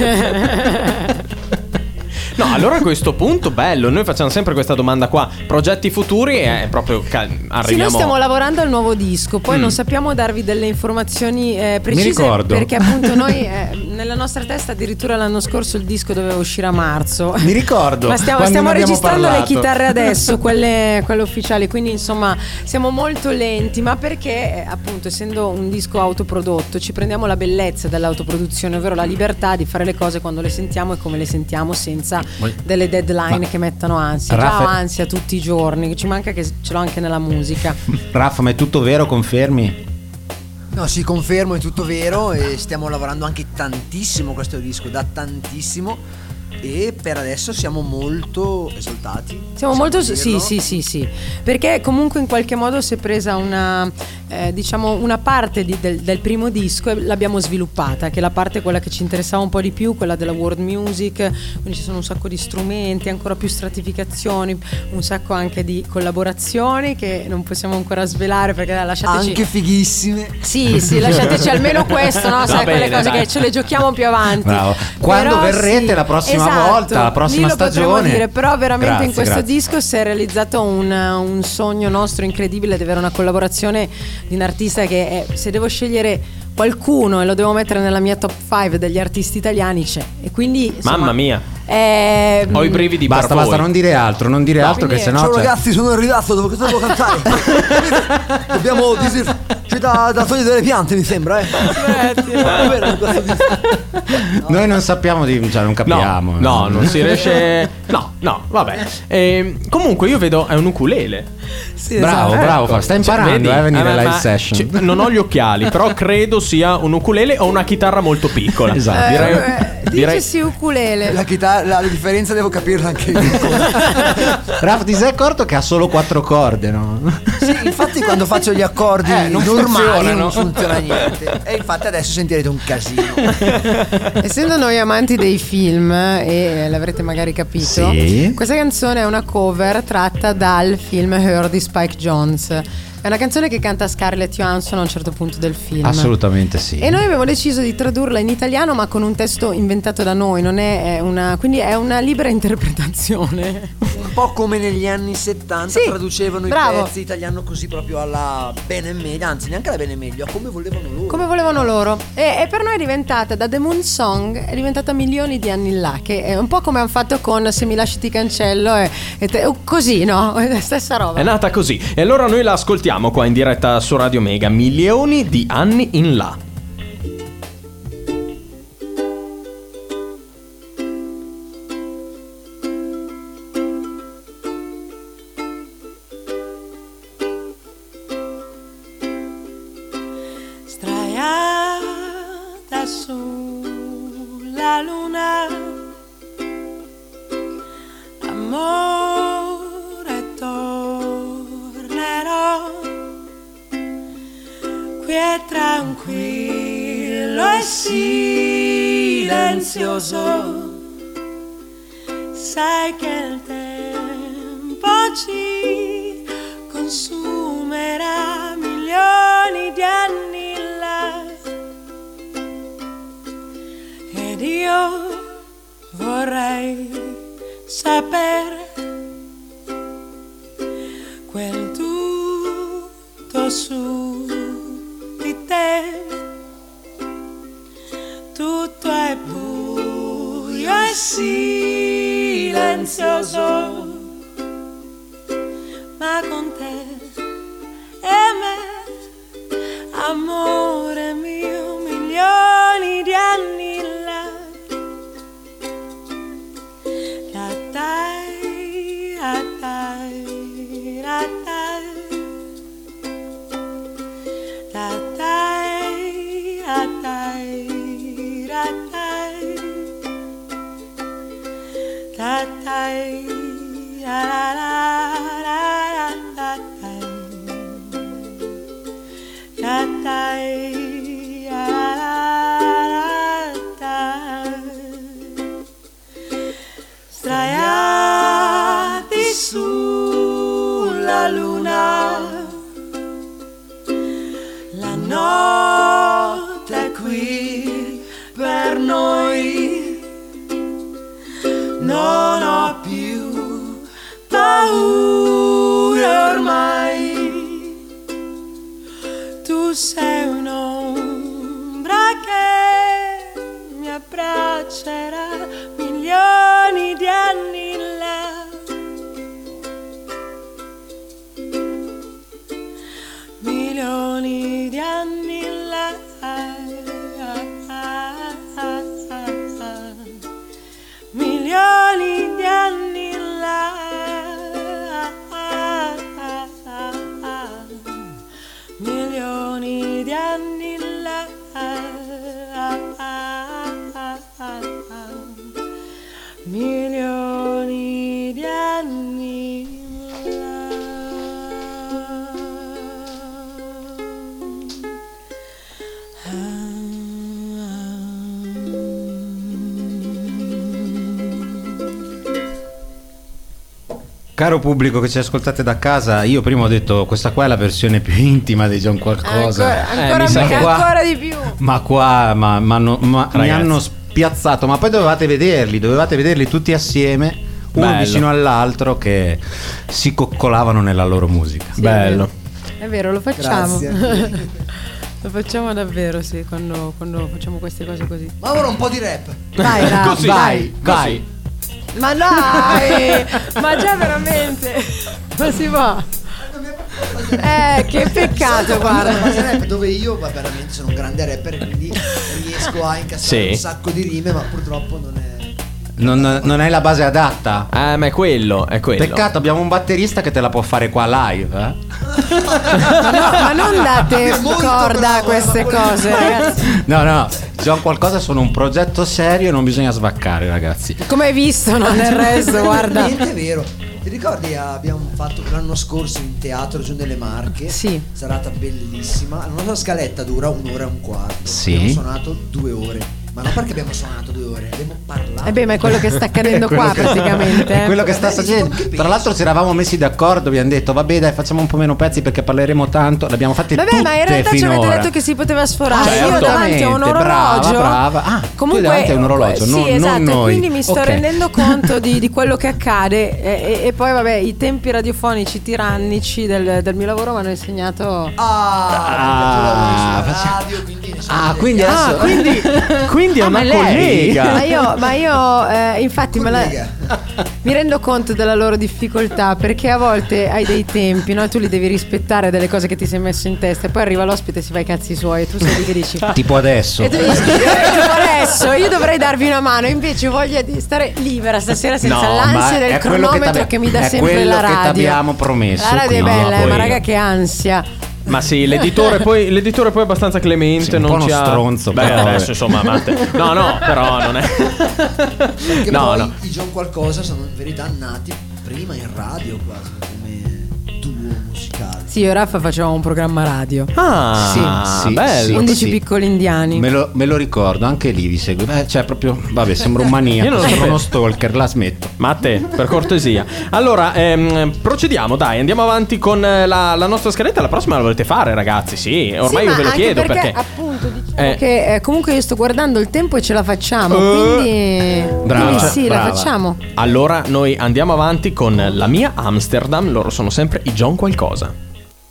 No, allora a questo punto bello, noi facciamo sempre questa domanda qua, progetti futuri, e proprio arriviamo. Sì, noi stiamo lavorando al nuovo disco, poi non sappiamo darvi delle informazioni precise. Mi ricordo. Perché appunto noi nella nostra testa addirittura l'anno scorso il disco doveva uscire a marzo. Mi ricordo. Ma stiamo registrando le chitarre adesso, quelle ufficiali, quindi insomma siamo molto lenti, ma perché appunto essendo un disco autoprodotto ci prendiamo la bellezza dell'autoproduzione, ovvero la libertà di fare le cose quando le sentiamo e come le sentiamo, senza delle deadline che mettano ansia. Già ho ansia tutti i giorni, ci manca che ce l'ho anche nella musica. Raffa, ma è tutto vero, confermi? No, sì, confermo, è tutto vero, e stiamo lavorando anche tantissimo questo disco, da tantissimo, e per adesso siamo molto esaltati. Siamo molto sì, perché comunque in qualche modo si è presa una diciamo una parte del primo disco e l'abbiamo sviluppata, che è la parte quella che ci interessava un po' di più, quella della world music, quindi ci sono un sacco di strumenti, ancora più stratificazioni, un sacco anche di collaborazioni che non possiamo ancora svelare perché lasciateci anche fighissime. Sì, lasciateci almeno questo, no? Sai, quelle cose che ce le giochiamo più avanti. Bravo. Quando però, verrete la prossima volta, la prossima stagione. Dire, però veramente in questo grazie. disco si è realizzato un sogno nostro incredibile di avere una collaborazione di un artista che se devo scegliere qualcuno e lo devo mettere nella mia top 5 degli artisti italiani, c'è. E quindi insomma, mamma mia, ho i brividi. Basta, non dire altro, che sennò. Ciao ragazzi, sono arrivato, dove devo cantare? Dobbiamo c'è da togliere delle piante, mi sembra, Noi non sappiamo non capiamo. No, non si riesce. No, vabbè. Comunque io vedo è un ukulele. Sì, bravo, sta imparando a venire live session. Non ho gli occhiali, però credo sia un ukulele o una chitarra molto piccola. Esatto. Direi sì, ukulele. La chitarra, la differenza devo capirla anche io. Raf, ti sei accorto che ha solo 4 corde, no? Sì, infatti quando faccio gli accordi normali non funziona niente. E infatti adesso sentirete un casino. Essendo noi amanti dei film, e l'avrete magari capito, sì, questa canzone è una cover tratta dal film Her di Spike Jonze. È una canzone che canta Scarlett Johansson a un certo punto del film. Assolutamente sì. E noi abbiamo deciso di tradurla in italiano, ma con un testo inventato da noi, non è una, quindi è una libera interpretazione. Un po' come negli anni 70 Sì, traducevano bravo. i pezzi italiano così proprio alla bene e meglio, anzi neanche alla bene e meglio, a come volevano loro. Come volevano loro. E per noi è diventata, da The Moon Song, è diventata milioni di anni là, che è un po' come hanno fatto con Se mi lasci ti cancello così, no? Stessa roba. È nata così. E allora noi la ascoltiamo qua in diretta su Radio Mega. Milioni di anni in là. Straiata sulla luna, amore, tornerò. Qui è tranquillo e silenzioso, sai che il tempo ci consumerà milioni di anni là. Ed io vorrei sapere quel tutto su di te. Tutto è buio e silenzioso, ma con te e me, amore mio, milioni di anni là. La dai, la dai, la dai, la dai, la dai, la dai, la dai, la la la la la dai, la dai. Straiati sulla luna, la notte è qui per noi, non ho più paura ormai. Tu sei un'ombra che mi abbraccerà milioni di anni là. Milioni di anni là. Milioni di anni là. Milioni di anni là. Milioni di anni Caro pubblico che ci ascoltate da casa, io prima ho detto questa qua è la versione più intima di John Qualcosa. Ancora, mi sa qua- ancora di più. Ma qua mi Ragazzi. hanno spiazzato, ma poi dovevate vederli tutti assieme, uno Bello. vicino all'altro, che si coccolavano nella loro musica. Sì, Bello. È vero, lo facciamo. Grazie. Lo facciamo davvero, sì, quando facciamo queste cose così. Ma ora un po' di rap. Vai, Ra, Così, vai. vai. Ma dai, ma già veramente. Ma si va. Che peccato, Guarda, guarda. rap dove io veramente sono un grande rapper, quindi riesco a incassare Sì. un sacco di rime, ma purtroppo non è. Non hai la base adatta? Ma è quello, è quello. Peccato, abbiamo un batterista che te la può fare qua live, eh? Ma non date Molto corda a bravo, queste ma cose, ragazzi. No, John Qualcosa sono un progetto serio e non bisogna svaccare, ragazzi. Come hai visto, non nel resto, guarda. Niente è vero. Ti ricordi abbiamo fatto l'anno scorso in teatro giù nelle Marche? Sì. Serata bellissima. La nostra scaletta dura 1 ora e un quarto. Sì. Abbiamo suonato 2 ore. Ma non perché abbiamo suonato 2 ore, abbiamo parlato. Ma è quello che sta accadendo qua praticamente. È quello che sta succedendo. Tra l'altro ci eravamo messi d'accordo, abbiamo detto vabbè dai, facciamo un po' meno pezzi perché parleremo tanto. Le abbiamo fatte tutte ma in realtà ci avete detto che si poteva sforare. Certo. Io davanti a un orologio. Brava. Ah, comunque, tu davanti a un orologio, sì, non esatto, noi. quindi mi sto Ok. rendendo conto di quello che accade e poi vabbè, i tempi radiofonici tirannici del mio lavoro mi hanno insegnato. Radio, quindi Quindi adesso Quindi è una collega. Ma io infatti mi rendo conto della loro difficoltà, perché a volte hai dei tempi, no? Tu li devi rispettare, delle cose che ti sei messo in testa, e poi arriva l'ospite e si fa i cazzi suoi e tu sei lì che dici tipo adesso. e tu dici tipo adesso io dovrei darvi una mano, invece ho voglia di stare libera stasera senza No, l'ansia ma del è quello cronometro che mi dà è sempre quello la che radio. t'abbiamo promesso, La radio è quindi bella, poi- ma raga che ansia. Ma sì, l'editore poi è abbastanza clemente, Sì, un non po' uno ci ha stronzo, Beh, però, adesso insomma, Matte. No, però non è. Perché No, poi no. i John Qualcosa sono in verità nati prima in radio quasi come duo musicale. Sì, io e Raffa facevamo un programma radio. Ah, Sì, bello. sì. 11 piccoli indiani. Me lo ricordo, anche lì vi segue. Cioè, proprio, vabbè, sembra un Io non maniaco, lo sembra sapevo. uno stalker, la smetto. Matte, per cortesia. Allora, procediamo, dai, andiamo avanti con la nostra scaletta. La prossima la volete fare, ragazzi? Sì, ormai Sì, io ve lo anche chiedo perché appunto diciamo Eh. che comunque io sto guardando il tempo e ce la facciamo, quindi sì, brava. la facciamo. Allora noi andiamo avanti con la mia Amsterdam. Loro sono sempre i John Qualcosa.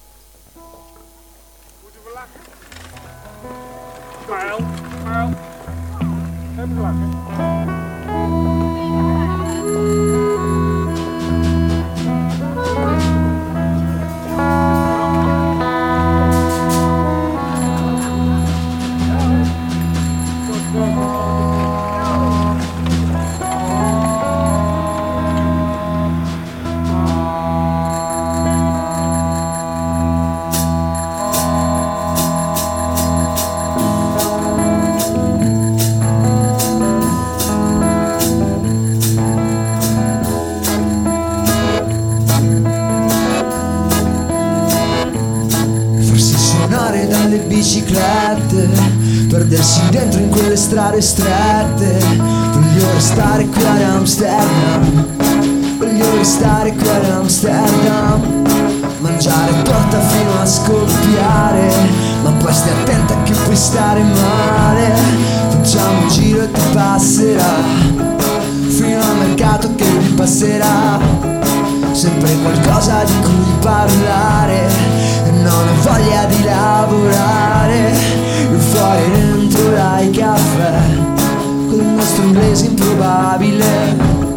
Farsi suonare dalle biciclette, perdersi dentro in quelle strade strette. Voglio restare qui ad Amsterdam, voglio restare qui ad Amsterdam. Mangiare torta fino a scoppiare, ma poi stai attenta che puoi stare male. Facciamo un giro e ti passerà, fino al mercato che ti passerà. Sempre qualcosa di cui parlare e non ho voglia di lavorare. Io fuori e dentro dai caffè con il nostro inglese improbabile.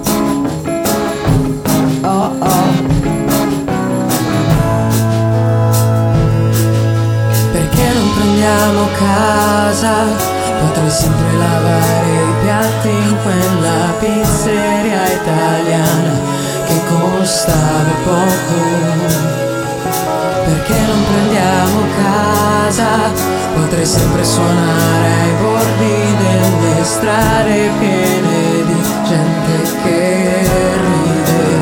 Oh oh. Perché non prendiamo casa? Potrei sempre lavare i piatti in quella pizzeria italiana che costava poco. Perché non prendiamo casa? Potrei sempre suonare ai bordi delle strade piene di gente che ride.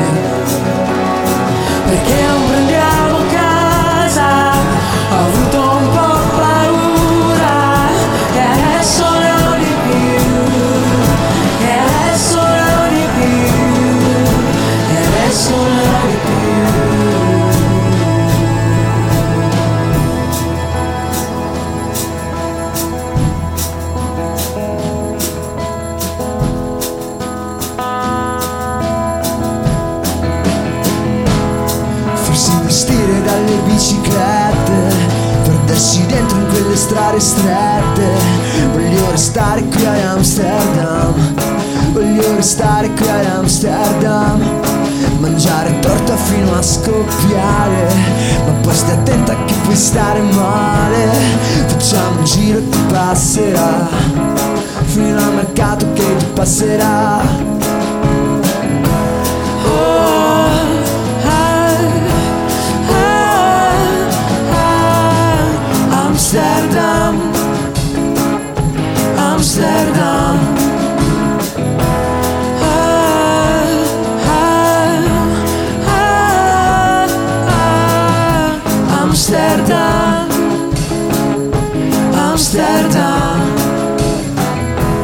Perché non prendiamo casa? Ho avuto un po' paura e adesso non di più, e adesso non di più, e adesso non di più. Farsi vestire dalle biciclette, perdersi dentro in quelle strade strette. Voglio restare qui ad Amsterdam, voglio restare qui ad Amsterdam. Mangiare torta fino a scoppiare, ma poi stai attenta che puoi stare male. Facciamo un giro e ti passerà, fino al mercato che ti passerà. Amsterdam, Amsterdam. Amsterdam, Amsterdam.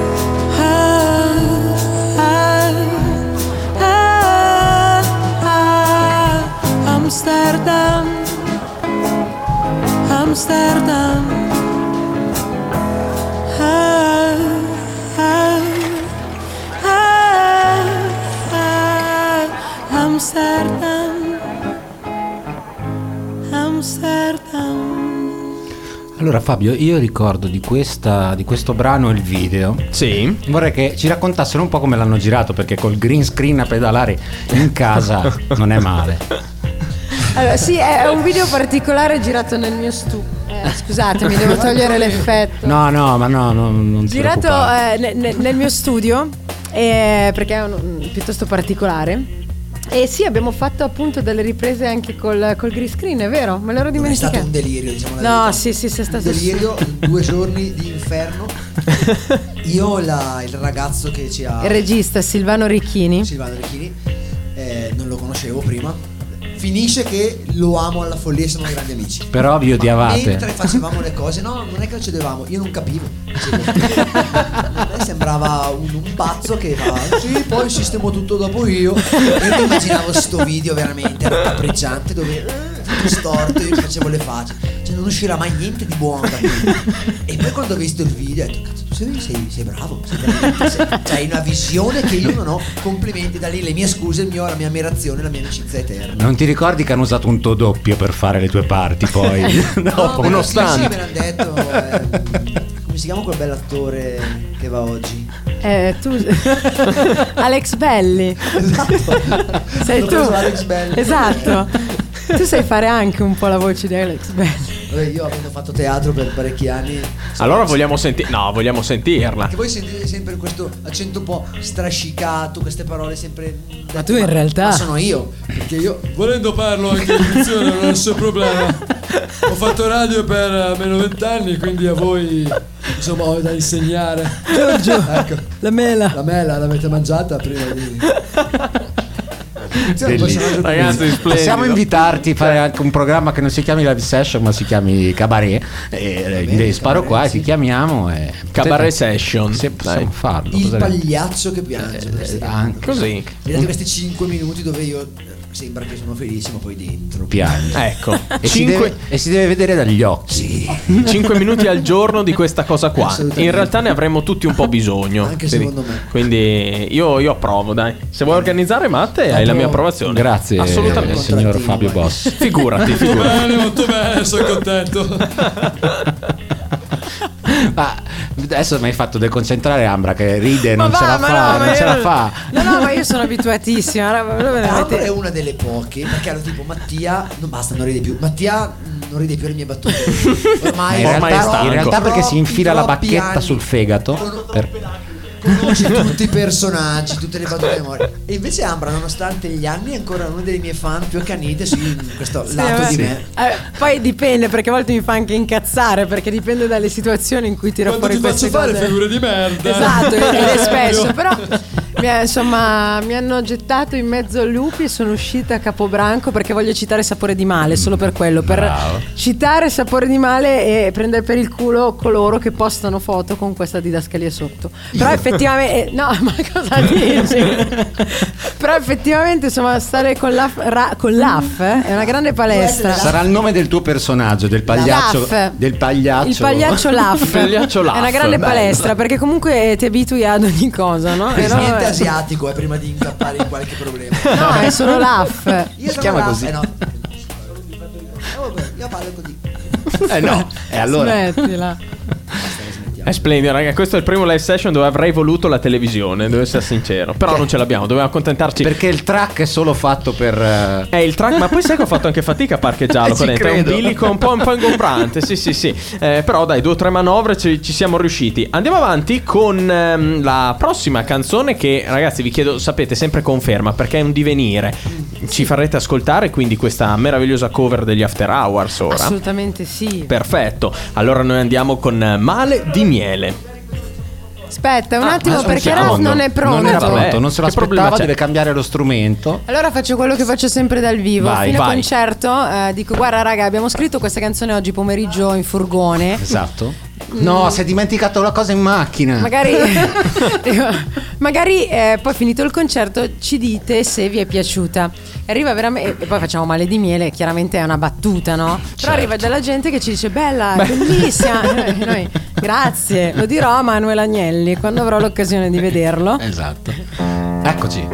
Allora Fabio, io ricordo di questo brano il video. Sì. Vorrei che ci raccontassero un po' come l'hanno girato, perché col green screen a pedalare in casa non è male. Allora, sì, è un video particolare girato nel mio studio. Scusatemi, devo togliere l'effetto. No, non ti Girato preoccupare. nel mio studio, perché è piuttosto particolare. E sì, abbiamo fatto appunto delle riprese anche col green screen, è vero? Me l'ero Non è dimenticato. stato un delirio, diciamo la No, verità. sì, è stato Un delirio, 2 giorni di inferno. Io il ragazzo che ci ha Il regista Silvano Ricchini. Silvano Ricchini, non lo conoscevo prima. Finisce che lo amo alla follia, siamo grandi amici. Però vi odiavate. Mentre facevamo le cose, no, non è che ci odiavamo, io non capivo. A me sembrava un pazzo che fa, sì, poi sistemo tutto dopo io. E io immaginavo sto video veramente raccapricciante dove tutto storto, io facevo le facce. Cioè non uscirà mai niente di buono da qui. E poi quando ho visto il video ho detto, cazzo, tu sei bravo, hai una visione che io non ho. Complimenti, da lì le mie scuse, la mia ammirazione, la mia amicizia eterna. Non ti ricordi che hanno usato un doppio per fare le tue parti poi? No, uno sì, stunt. sì, me l'hanno detto. Come si chiama quel bell'attore che va oggi? Tu Alex Belli. Esatto. Sei L'ho tu. preso Alex Belli. Esatto. Tu sai fare anche un po' la voce di Alex Belli. Io avendo fatto teatro per parecchi anni. Allora vogliamo sentirla. Che voi sentite sempre questo accento un po' strascicato, queste parole sempre. Ma tu in realtà. Ma sono io. Perché io. Volendo parlo anche in dizione, non è nessun problema. Ho fatto radio per almeno 20 anni, quindi a voi insomma ho da insegnare. Giorgio, Ecco. la mela. La mela l'avete mangiata prima di. Bellissimo. Ragazzi, splendido. Possiamo invitarti a fare anche un programma che non si chiami live session ma si chiami cabaret, e sparo qua e ti chiamiamo e Cabaret session. Se possiamo Dai. farlo. Il cosa ne- pagliaccio che piange. anche Così. Vedete questi 5 minuti dove io sembra che sono felice, ma poi dentro. piange. Ecco, E si deve vedere dagli occhi. 5 minuti al giorno di questa cosa qua. Assolutamente. In realtà ne avremmo tutti un po' bisogno. Anche secondo me. Quindi io approvo, dai. Se vuoi organizzare, Matte, hai la mia approvazione. Grazie, Assolutamente. signor Fabio Boss. Figurati. Bene, molto bene, sono contento. Ma adesso mi hai fatto deconcentrare Ambra che ride, non Ma ce va, la ma fa, no, ma non ce io- la fa. No, ma io sono abituatissima. Ambra è una delle poche, perché hanno tipo Mattia, non basta, non ride più. Mattia non ride più le mie battute. Ormai, Ormai è stanco. In realtà perché si infila la troppi bacchetta anni. sul fegato. Conosce tutti i personaggi, tutte le battute di memoria. E invece Ambra, nonostante gli anni, è ancora una delle mie fan più accanite su questo lato di me. Poi dipende, perché a volte mi fa anche incazzare, perché dipende dalle situazioni in cui tiro Quando fuori ti faccio queste fare cose. figure di merda. Esatto, ed è spesso, però mi hanno gettato in mezzo a lupi e sono uscita a capobranco perché voglio citare Sapore di male, solo per quello, per citare Sapore di male e prendere per il culo coloro che postano foto con questa didascalia sotto. Però effettivamente no, ma cosa dici? Però effettivamente insomma stare con l'AF è una grande palestra. Sarà il nome del tuo personaggio, del pagliaccio. Laff. Del pagliaccio. Il pagliaccio Laff. Il pagliaccio Laff, È una grande bello. palestra perché comunque ti abitui ad ogni cosa, no? E no, Niente asiatico prima di incappare in qualche problema. no, è solo Laff. Io sono chiama là- così. no. Vabbè, io parlo così. No, e allora Smettila. È splendido, raga. Questo è il primo live session dove avrei voluto la televisione, devo essere sincero. Però non ce l'abbiamo, dovevamo accontentarci. perché il track è solo fatto per È il track, ma poi sai che ho fatto anche fatica a parcheggiarlo qua Ci dentro. È un credo. bilico un po' ingombrante. Sì. Però dai, 2 o 3 manovre ci siamo riusciti. Andiamo avanti con la prossima canzone che, ragazzi, vi chiedo, sapete, sempre conferma, perché è un divenire. Ci farete ascoltare quindi questa meravigliosa cover degli After Hours ora. Assolutamente sì. Perfetto. Allora noi andiamo con Male di miele. Aspetta un attimo un perché Raf secondo. non è pronto. Non era Vabbè, pronto, non se lo che problema aspettava, c'è? deve cambiare lo strumento. Allora faccio quello che faccio sempre dal vivo. Vai, Fine vai. concerto dico guarda raga, abbiamo scritto questa canzone oggi pomeriggio in furgone. Esatto. No, si è dimenticato la cosa in macchina. Magari poi finito il concerto ci dite se vi è piaciuta. Arriva veramente, e poi facciamo Male di miele, chiaramente è una battuta, no? Però arriva della gente che ci dice bella, bellissima. Noi, grazie, lo dirò a Manuel Agnelli quando avrò l'occasione di vederlo. Esatto. Eccoci.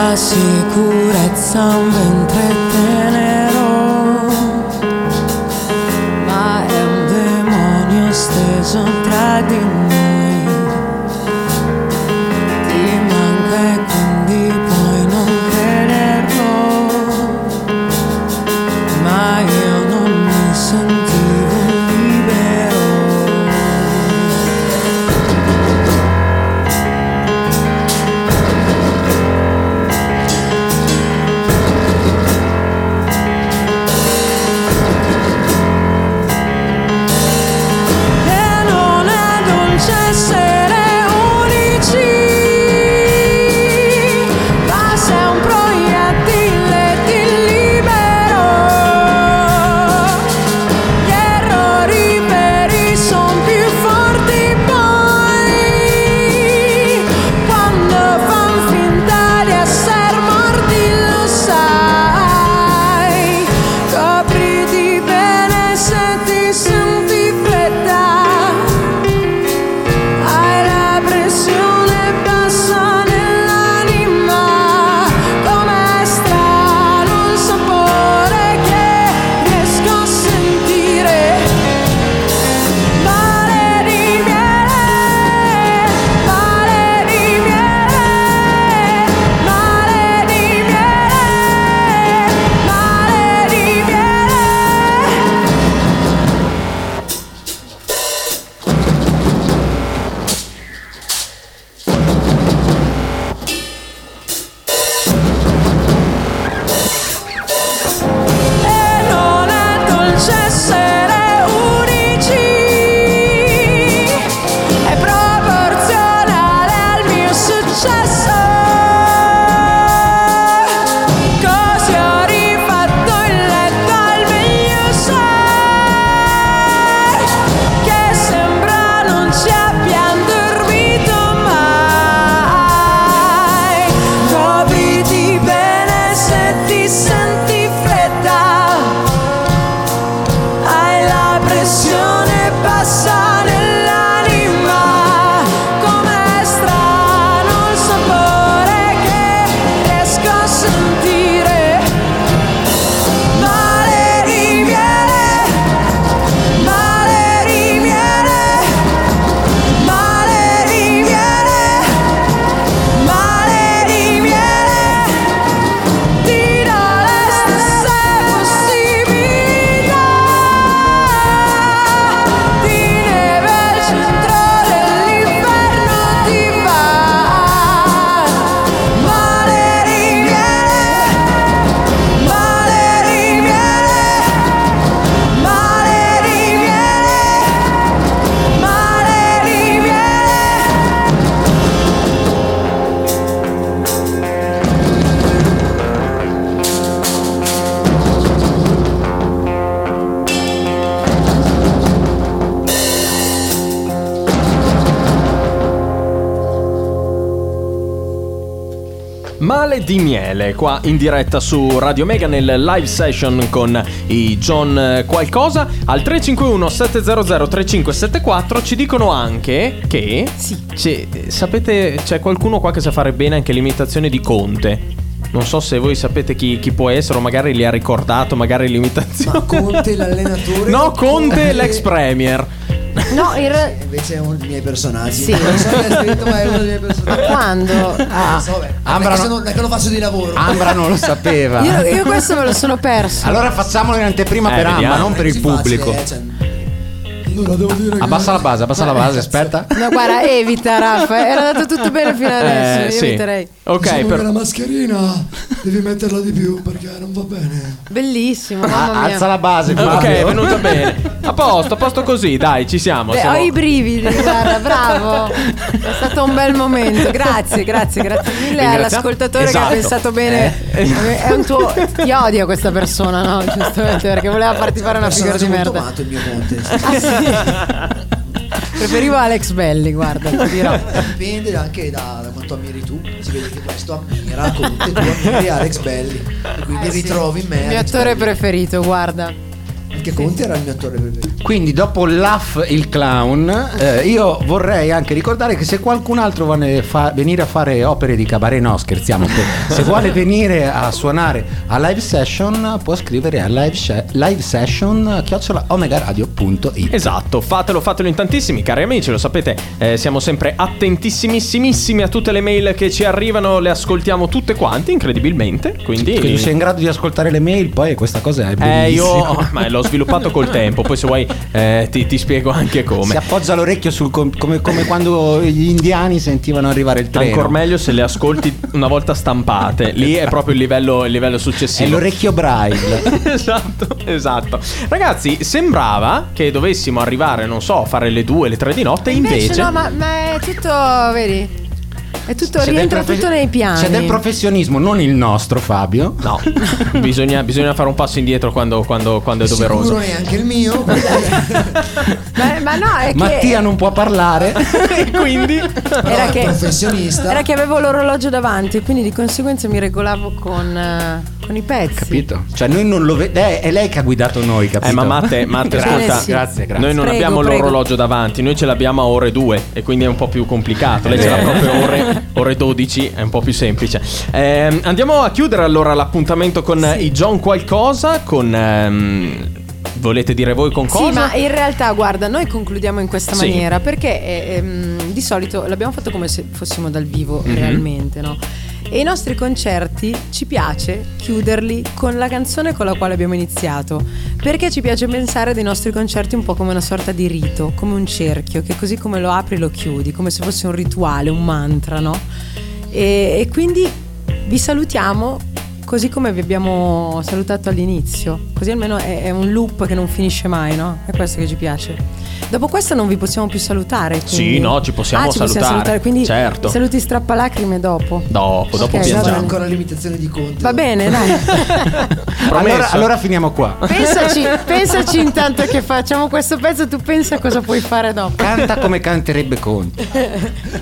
la sicurezza un ventre tenero, ma è un demonio steso tra di noi. Ti manca e quindi puoi non crederlo, ma io non mi sentivo libero. E non è dolce essere unici, ma sei un proiettile ti libero. Gli errori veri son più forti poi, quando fan finta di essere morti, lo sai. Copriti bene se ti senti fredda, hai la pressione bassa nell'anima, com'è strano il sapore che riesco a sentire. Mare di miele, mare di miele, mare di miele, mare di miele. E non è dolce essere unici, è proporzionale al mio successo. Così ho rifatto il letto al meglio, sai, che sembra non ci abbiamo dormito mai. Copriti bene se ti senti fredda, hai la pressione bassa nell'anima, com'è strano il sapore che riesco a sentire. Mare di miele, mare di miele, mare di miele, mare di miele. Ti do le stesse possibilità di neve al centro dell'inferno ti va. Mare di miele, mare di miele, mare di miele, mare di miele. Male di miele, qua in diretta su Radio Mega nel live session con i John Qualcosa. Al 351 700 3574 ci dicono anche che sapete, c'è qualcuno qua che sa fare bene anche l'imitazione di Conte. Non so se voi sapete chi può essere, o magari li ha ricordato, magari l'imitazione. Ma Conte l'allenatore? No, Conte l'ex premier. No, invece è uno dei miei personaggi. Sì. Non so chi ha scritto, ma è uno dei miei personaggi. Quando? Non so, beh. Ambra Non è che lo faccio di lavoro. Ambra non lo sapeva. Io questo me lo sono perso. Allora facciamolo in anteprima per Ambra, vediamo. non per il pubblico. Allora devo dire che Abbassa la base, aspetta. No, guarda, evita, Raffa. Era andato tutto bene fino adesso. Io sì. eviterei. Ok, diciamo che la mascherina devi metterla di più perché non va bene. Bellissimo, mamma mia. Alza la base, ok, Fabio. è venuta bene. A posto così, dai, ci siamo. Beh, ho i brividi, guarda, bravo. È stato un bel momento. Grazie mille all'ascoltatore che ha pensato bene. È un tuo. Ti odia questa persona, no? Giustamente, perché voleva farti fare una figura di merda. Ho il mio Conte. Ah, sì. Preferivo Alex Belli, guarda, ti dirò. Dipende anche da quanto ammiri tu. Si vede che questo ammira Conte, tu ammiri Alex Belli. E quindi ritrovi in me. Il mio Alex attore Belli. preferito, guarda. Anche Conte era il mio attore preferito. Quindi dopo Laff il clown, io vorrei anche ricordare che se qualcun altro vuole venire a fare opere di cabaret, no scherziamo, se vuole venire a suonare a live session può scrivere a live session @omegaradio.it. Esatto, fatelo in tantissimi, cari amici, lo sapete, siamo sempre attentissimissimi a tutte le mail che ci arrivano, le ascoltiamo tutte quante, incredibilmente, quindi tu sei in grado di ascoltare le mail, poi questa cosa è bellissima. Ma l'ho sviluppato col tempo, poi se vuoi ti spiego anche come. Si appoggia l'orecchio come quando gli indiani sentivano arrivare il treno. Ancora meglio se le ascolti una volta stampate, lì è proprio il livello successivo. È l'orecchio braille. Esatto. Ragazzi, sembrava che dovessimo arrivare, non so, a fare le 2, le 3 di notte, invece no, ma è tutto, vedi? È tutto, rientra tutto nei piani. C'è del professionismo, non il nostro, Fabio. No, bisogna fare un passo indietro quando è doveroso. Sicuro neanche il mio. ma no, è che Mattia non può parlare. Quindi era che professionista. Era che avevo l'orologio davanti e quindi di conseguenza mi regolavo con i pezzi. Capito? Cioè noi non lo è lei che ha guidato noi, capito? Ma Matte ascolta, sì. Grazie. Noi non abbiamo l'orologio davanti, noi ce l'abbiamo a ore 2 e quindi è un po' più complicato. Lei ce l'ha proprio ore 12, è un po' più semplice. Andiamo a chiudere allora l'appuntamento con i John Qualcosa, volete dire voi con cosa? Sì, ma in realtà guarda, noi concludiamo in questa maniera perché di solito l'abbiamo fatto come se fossimo dal vivo realmente, no? E i nostri concerti ci piace chiuderli con la canzone con la quale abbiamo iniziato, perché ci piace pensare dei nostri concerti un po' come una sorta di rito, come un cerchio, che così come lo apri lo chiudi, come se fosse un rituale, un mantra, no? E quindi vi salutiamo così come vi abbiamo salutato all'inizio, così almeno è un loop che non finisce mai, no? È questo che ci piace. Dopo questo non vi possiamo più salutare, quindi... Sì, no, ci possiamo salutare. Quindi certo. saluti strappalacrime dopo. Dopo Okay, piangiamo. Ancora l'imitazione di Conte. Va bene, dai. allora finiamo qua. Pensaci intanto che facciamo questo pezzo, tu pensa cosa puoi fare dopo. Canta come canterebbe Conte.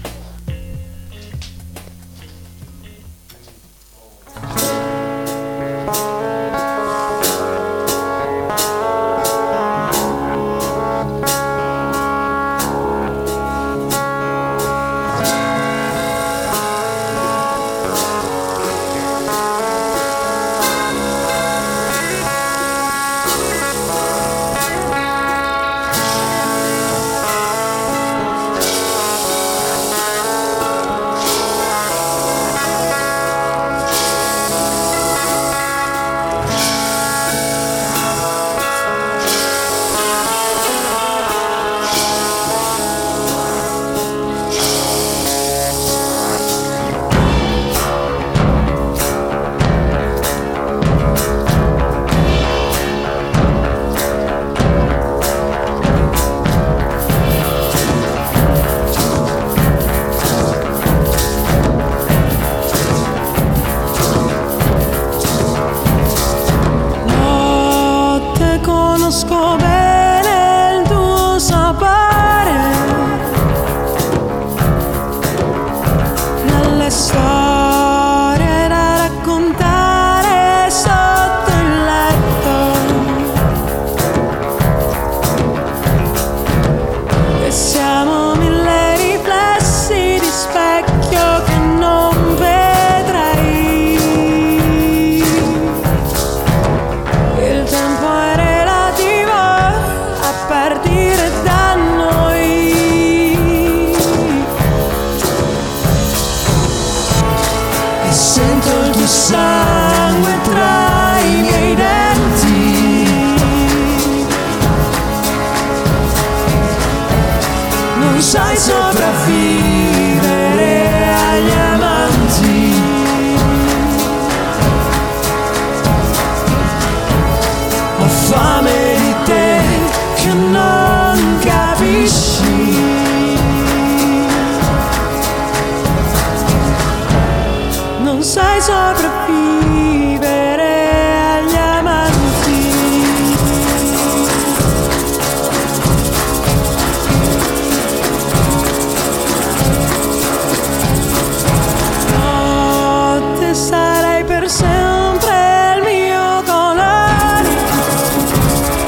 Conosco bene il tuo sapore, nelle storie da raccontare sotto il letto, e siamo mille riflessi di specchio che non vedrai. Il tempo è relativo a partire da noi, e sento il tuo sangue tra i miei denti. Non sai sopravvivere agli amanti. Ho fame di te che non capisci. Non sai sopravvivere agli amanti. Notte sarai per sempre il mio colore,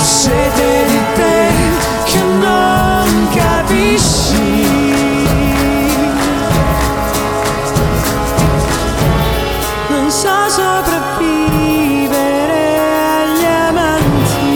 sete di te che non capisci. Non so sopravvivere agli amanti.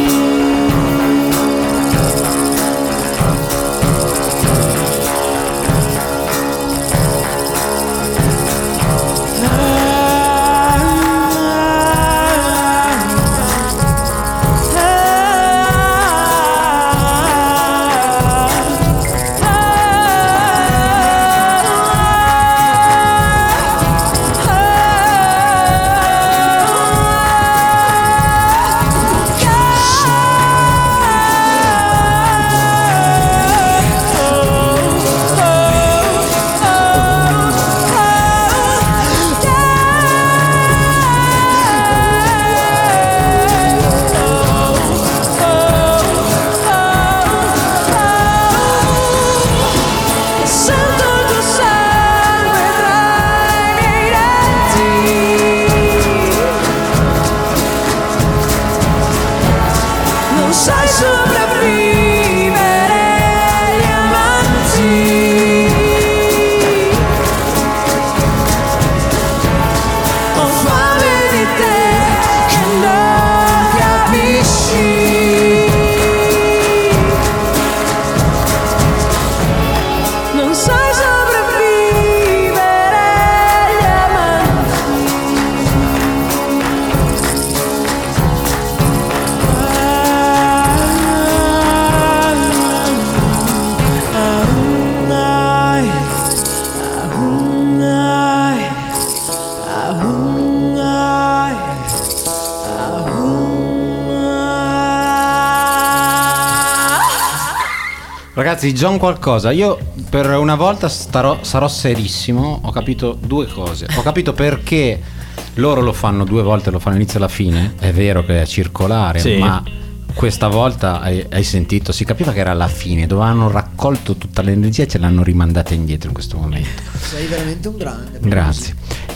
Ragazzi, John Qualcosa, io per una volta sarò serissimo. Ho capito due cose. Ho capito perché loro lo fanno due volte, lo fanno all'inizio e alla fine. È vero che è circolare, sì, ma questa volta hai sentito, si capiva che era alla fine, dove hanno raccolto tutta l'energia e ce l'hanno rimandata indietro in questo momento. Sei veramente un grande. Grazie.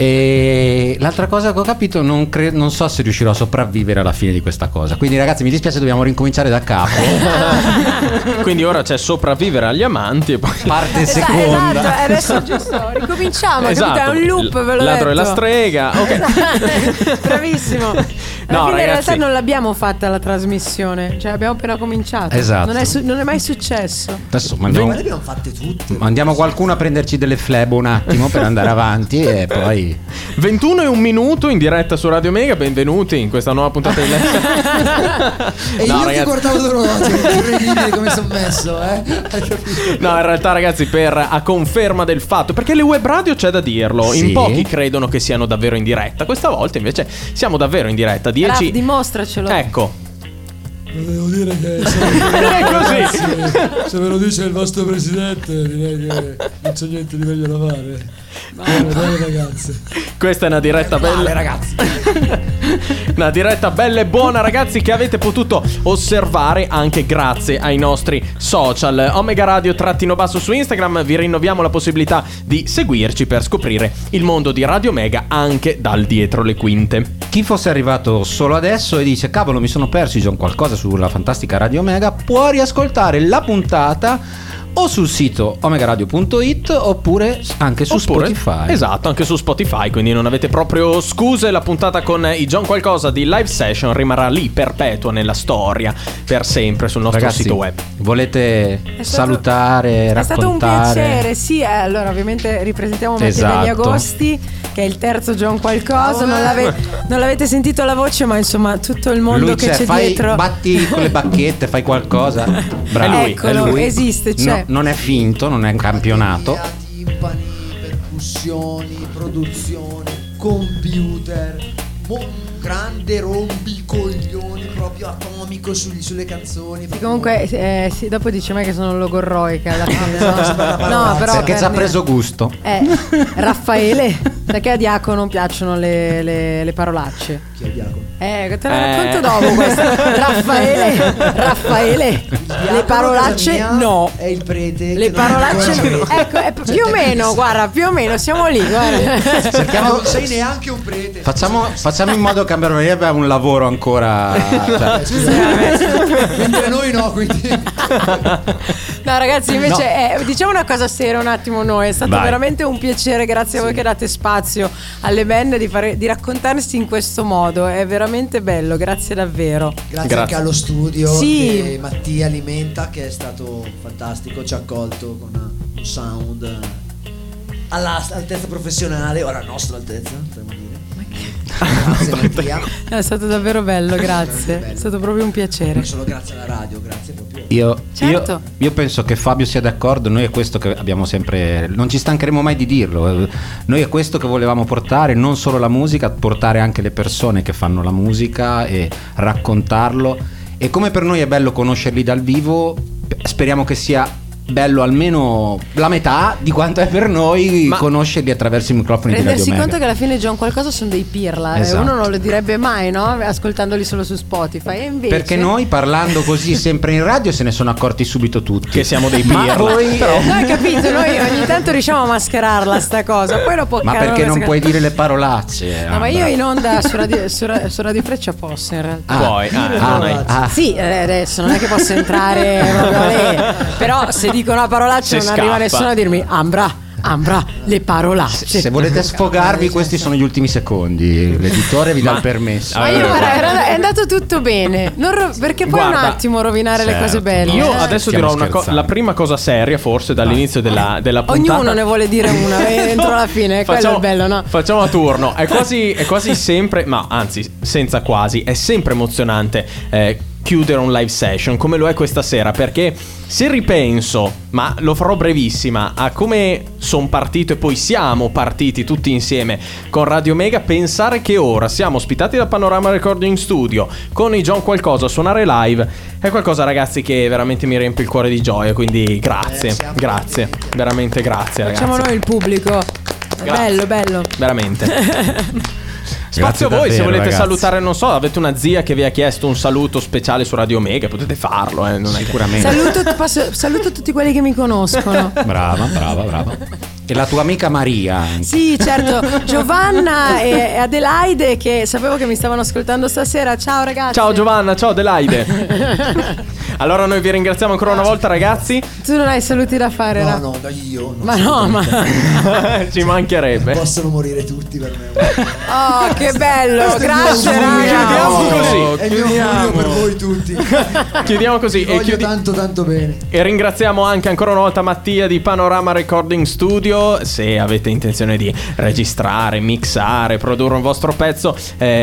E l'altra cosa che ho capito, non so se riuscirò a sopravvivere alla fine di questa cosa. Quindi ragazzi, mi dispiace, dobbiamo ricominciare da capo. Quindi ora c'è sopravvivere agli amanti e poi parte seconda. Esatto, adesso giusto, ricominciamo, esatto, capito? È un loop, ve l'ho ladro detto. e la strega. Ok. Bravissimo. No, in ragazzi, realtà non l'abbiamo fatta la trasmissione, cioè abbiamo appena cominciato. Esatto. Non è mai successo. Adesso Ma le abbiamo fatte tutte. mandiamo qualcuno a prenderci delle flebo un attimo per andare avanti e poi 21 e un minuto in diretta su Radio Mega. Benvenuti in questa nuova puntata di E No, io ragazzi, che guardavo l'orologio, incredibile come sono messo, Hai capito? no, in realtà ragazzi, a conferma del fatto, perché le web radio, c'è da dirlo, Sì. in pochi credono che siano davvero in diretta. Questa volta invece siamo davvero in diretta. 10. Raf, dimostracelo. Ecco. Devo dire che È così. se ve lo dice il vostro presidente, direi che non c'è niente di meglio da fare. Bene, ragazzi. Questa è una diretta bella, ragazzi. una diretta bella e buona, ragazzi, che avete potuto osservare anche grazie ai nostri social. Omega Radio _basso su Instagram. Vi rinnoviamo la possibilità di seguirci per scoprire il mondo di Radio Mega anche dal dietro le quinte. chi fosse arrivato solo adesso e dice cavolo mi sono perso John Qualcosa sulla fantastica Radio Mega, può riascoltare la puntata o sul sito omegaradio.it oppure anche su Spotify. Esatto, anche su Spotify, quindi non avete proprio scuse. La puntata con i John Qualcosa di Live Session rimarrà lì perpetua nella storia per sempre sul nostro Ragazzi, sito web. Volete salutare, raccontare? È stato un piacere, sì. Allora, ovviamente ripresentiamo Matteo Esatto. degli Agosti, che è il terzo John Qualcosa. Non l'avete sentito la voce, ma insomma tutto il mondo Lui che c'è fai, dietro. batti con le bacchette, fai qualcosa. Bravo, Eccolo, è lui. esiste, c'è. No, non è finto, non è un campionato. Timpani, percussioni, produzione, computer, grande rompicoglioni proprio atomico sulle canzoni. Comunque, sì, dopo dice mai che sono logorroica alla fine. No, però Perché ci ha per preso gusto. Raffaele, perché a Diaco non piacciono le parolacce. Chi è Diacono? Te la racconto dopo questo. Raffaele, le parolacce no. È il prete. Le parolacce no. Ecco, più o meno, guarda, più o meno siamo lì, guarda. Non sei neanche un prete. Facciamo in modo che Ambra Maria abbia un lavoro ancora. Mentre noi no, quindi. No, ragazzi, invece diciamo una cosa seria un attimo noi. È stato veramente un piacere, grazie a voi che date spazio alle band di raccontarsi in questo modo. È veramente bello, grazie davvero. Grazie anche allo studio sì. che Mattia alimenta, che è stato fantastico, ci ha accolto con un sound all'altezza professionale, o alla nostra altezza, potremmo dire. Grazie Mattia. È stato davvero bello, grazie. È stato proprio un piacere. Non solo grazie alla radio, grazie proprio. Io penso che Fabio sia d'accordo. Noi è questo che abbiamo sempre, non ci stancheremo mai di dirlo. Noi è questo che volevamo portare, non solo la musica, portare anche le persone che fanno la musica e raccontarlo. E come per noi è bello conoscerli dal vivo, speriamo che sia bello almeno la metà di quanto è per noi conoscerli attraverso i microfoni di Radio Mega. Rendersi conto che alla fine John Qualcosa sono dei pirla, esatto. Uno non lo direbbe mai, no? Ascoltandoli solo su Spotify, e invece... Perché noi parlando così sempre in radio se ne sono accorti subito tutti che siamo dei pirla. Però... No, hai capito, noi ogni tanto riusciamo a mascherarla sta cosa, poi dopo ma perché non puoi dire le parolacce? No, ma io in onda su Radio Freccia posso in realtà. Puoi. Sì, adesso non è che posso entrare proprio lì, però se dico una parolaccia non arriva nessuno a dirmi Ambra, le parolacce. Se volete sfogarvi, questi sono gli ultimi secondi. L'editore vi dà il permesso. Ma io è andato tutto bene. Perché poi un attimo rovinare le cose belle. Io adesso dirò la prima cosa seria, forse dall'inizio della puntata. Ognuno ne vuole dire una entro la fine. Quello è bello, no? Facciamo a turno. È quasi sempre, ma anzi, senza quasi, è sempre emozionante chiudere un live session come lo è questa sera, perché se ripenso, ma lo farò brevissima, a come sono partito e poi siamo partiti tutti insieme con Radio Mega, pensare che ora siamo ospitati da Panorama Recording Studio con i John Qualcosa a suonare live è qualcosa, ragazzi, che veramente mi riempie il cuore di gioia, quindi grazie, veramente grazie, ragazzi. Facciamo noi il pubblico. Grazie. Bello veramente. Spazio a voi, davvero, se volete ragazzi. Salutare, non so, avete una zia che vi ha chiesto un saluto speciale su Radio Mega, potete farlo, non sicuramente. Saluto tutti quelli che mi conoscono. Brava. E la tua amica Maria. Sì, certo, Giovanna e Adelaide, che sapevo che mi stavano ascoltando stasera. Ciao ragazzi. Ciao Giovanna, ciao Adelaide. Allora noi vi ringraziamo ancora una volta, ragazzi. Tu non hai saluti da fare, No, io Ma no, ma ci mancherebbe. Possono morire tutti per me. Oh, che bello. Grazie, Chiudiamo così. È il mio augurio per voi tutti. Chiudiamo così. Vi voglio tanto bene. E ringraziamo anche ancora una volta Mattia di Panorama Recording Studio. Se avete intenzione di registrare, mixare, produrre un vostro pezzo,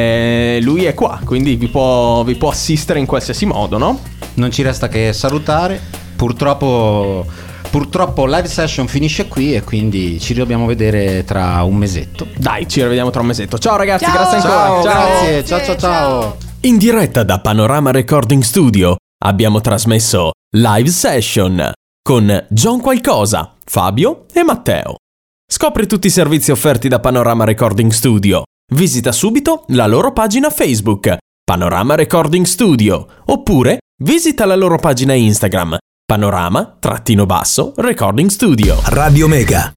lui è qua, quindi vi può assistere in qualsiasi modo, no? Non ci resta che salutare. Purtroppo live session finisce qui e quindi ci dobbiamo vedere tra un mesetto. Dai, ci rivediamo tra un mesetto. Ciao ragazzi, ciao. Grazie ancora. Grazie, ciao. In diretta da Panorama Recording Studio abbiamo trasmesso Live Session con John Qualcosa, Fabio e Matteo. Scopri tutti i servizi offerti da Panorama Recording Studio. Visita subito la loro pagina Facebook, Panorama Recording Studio, oppure visita la loro pagina Instagram, Panorama-Recording Studio. Radio Mega.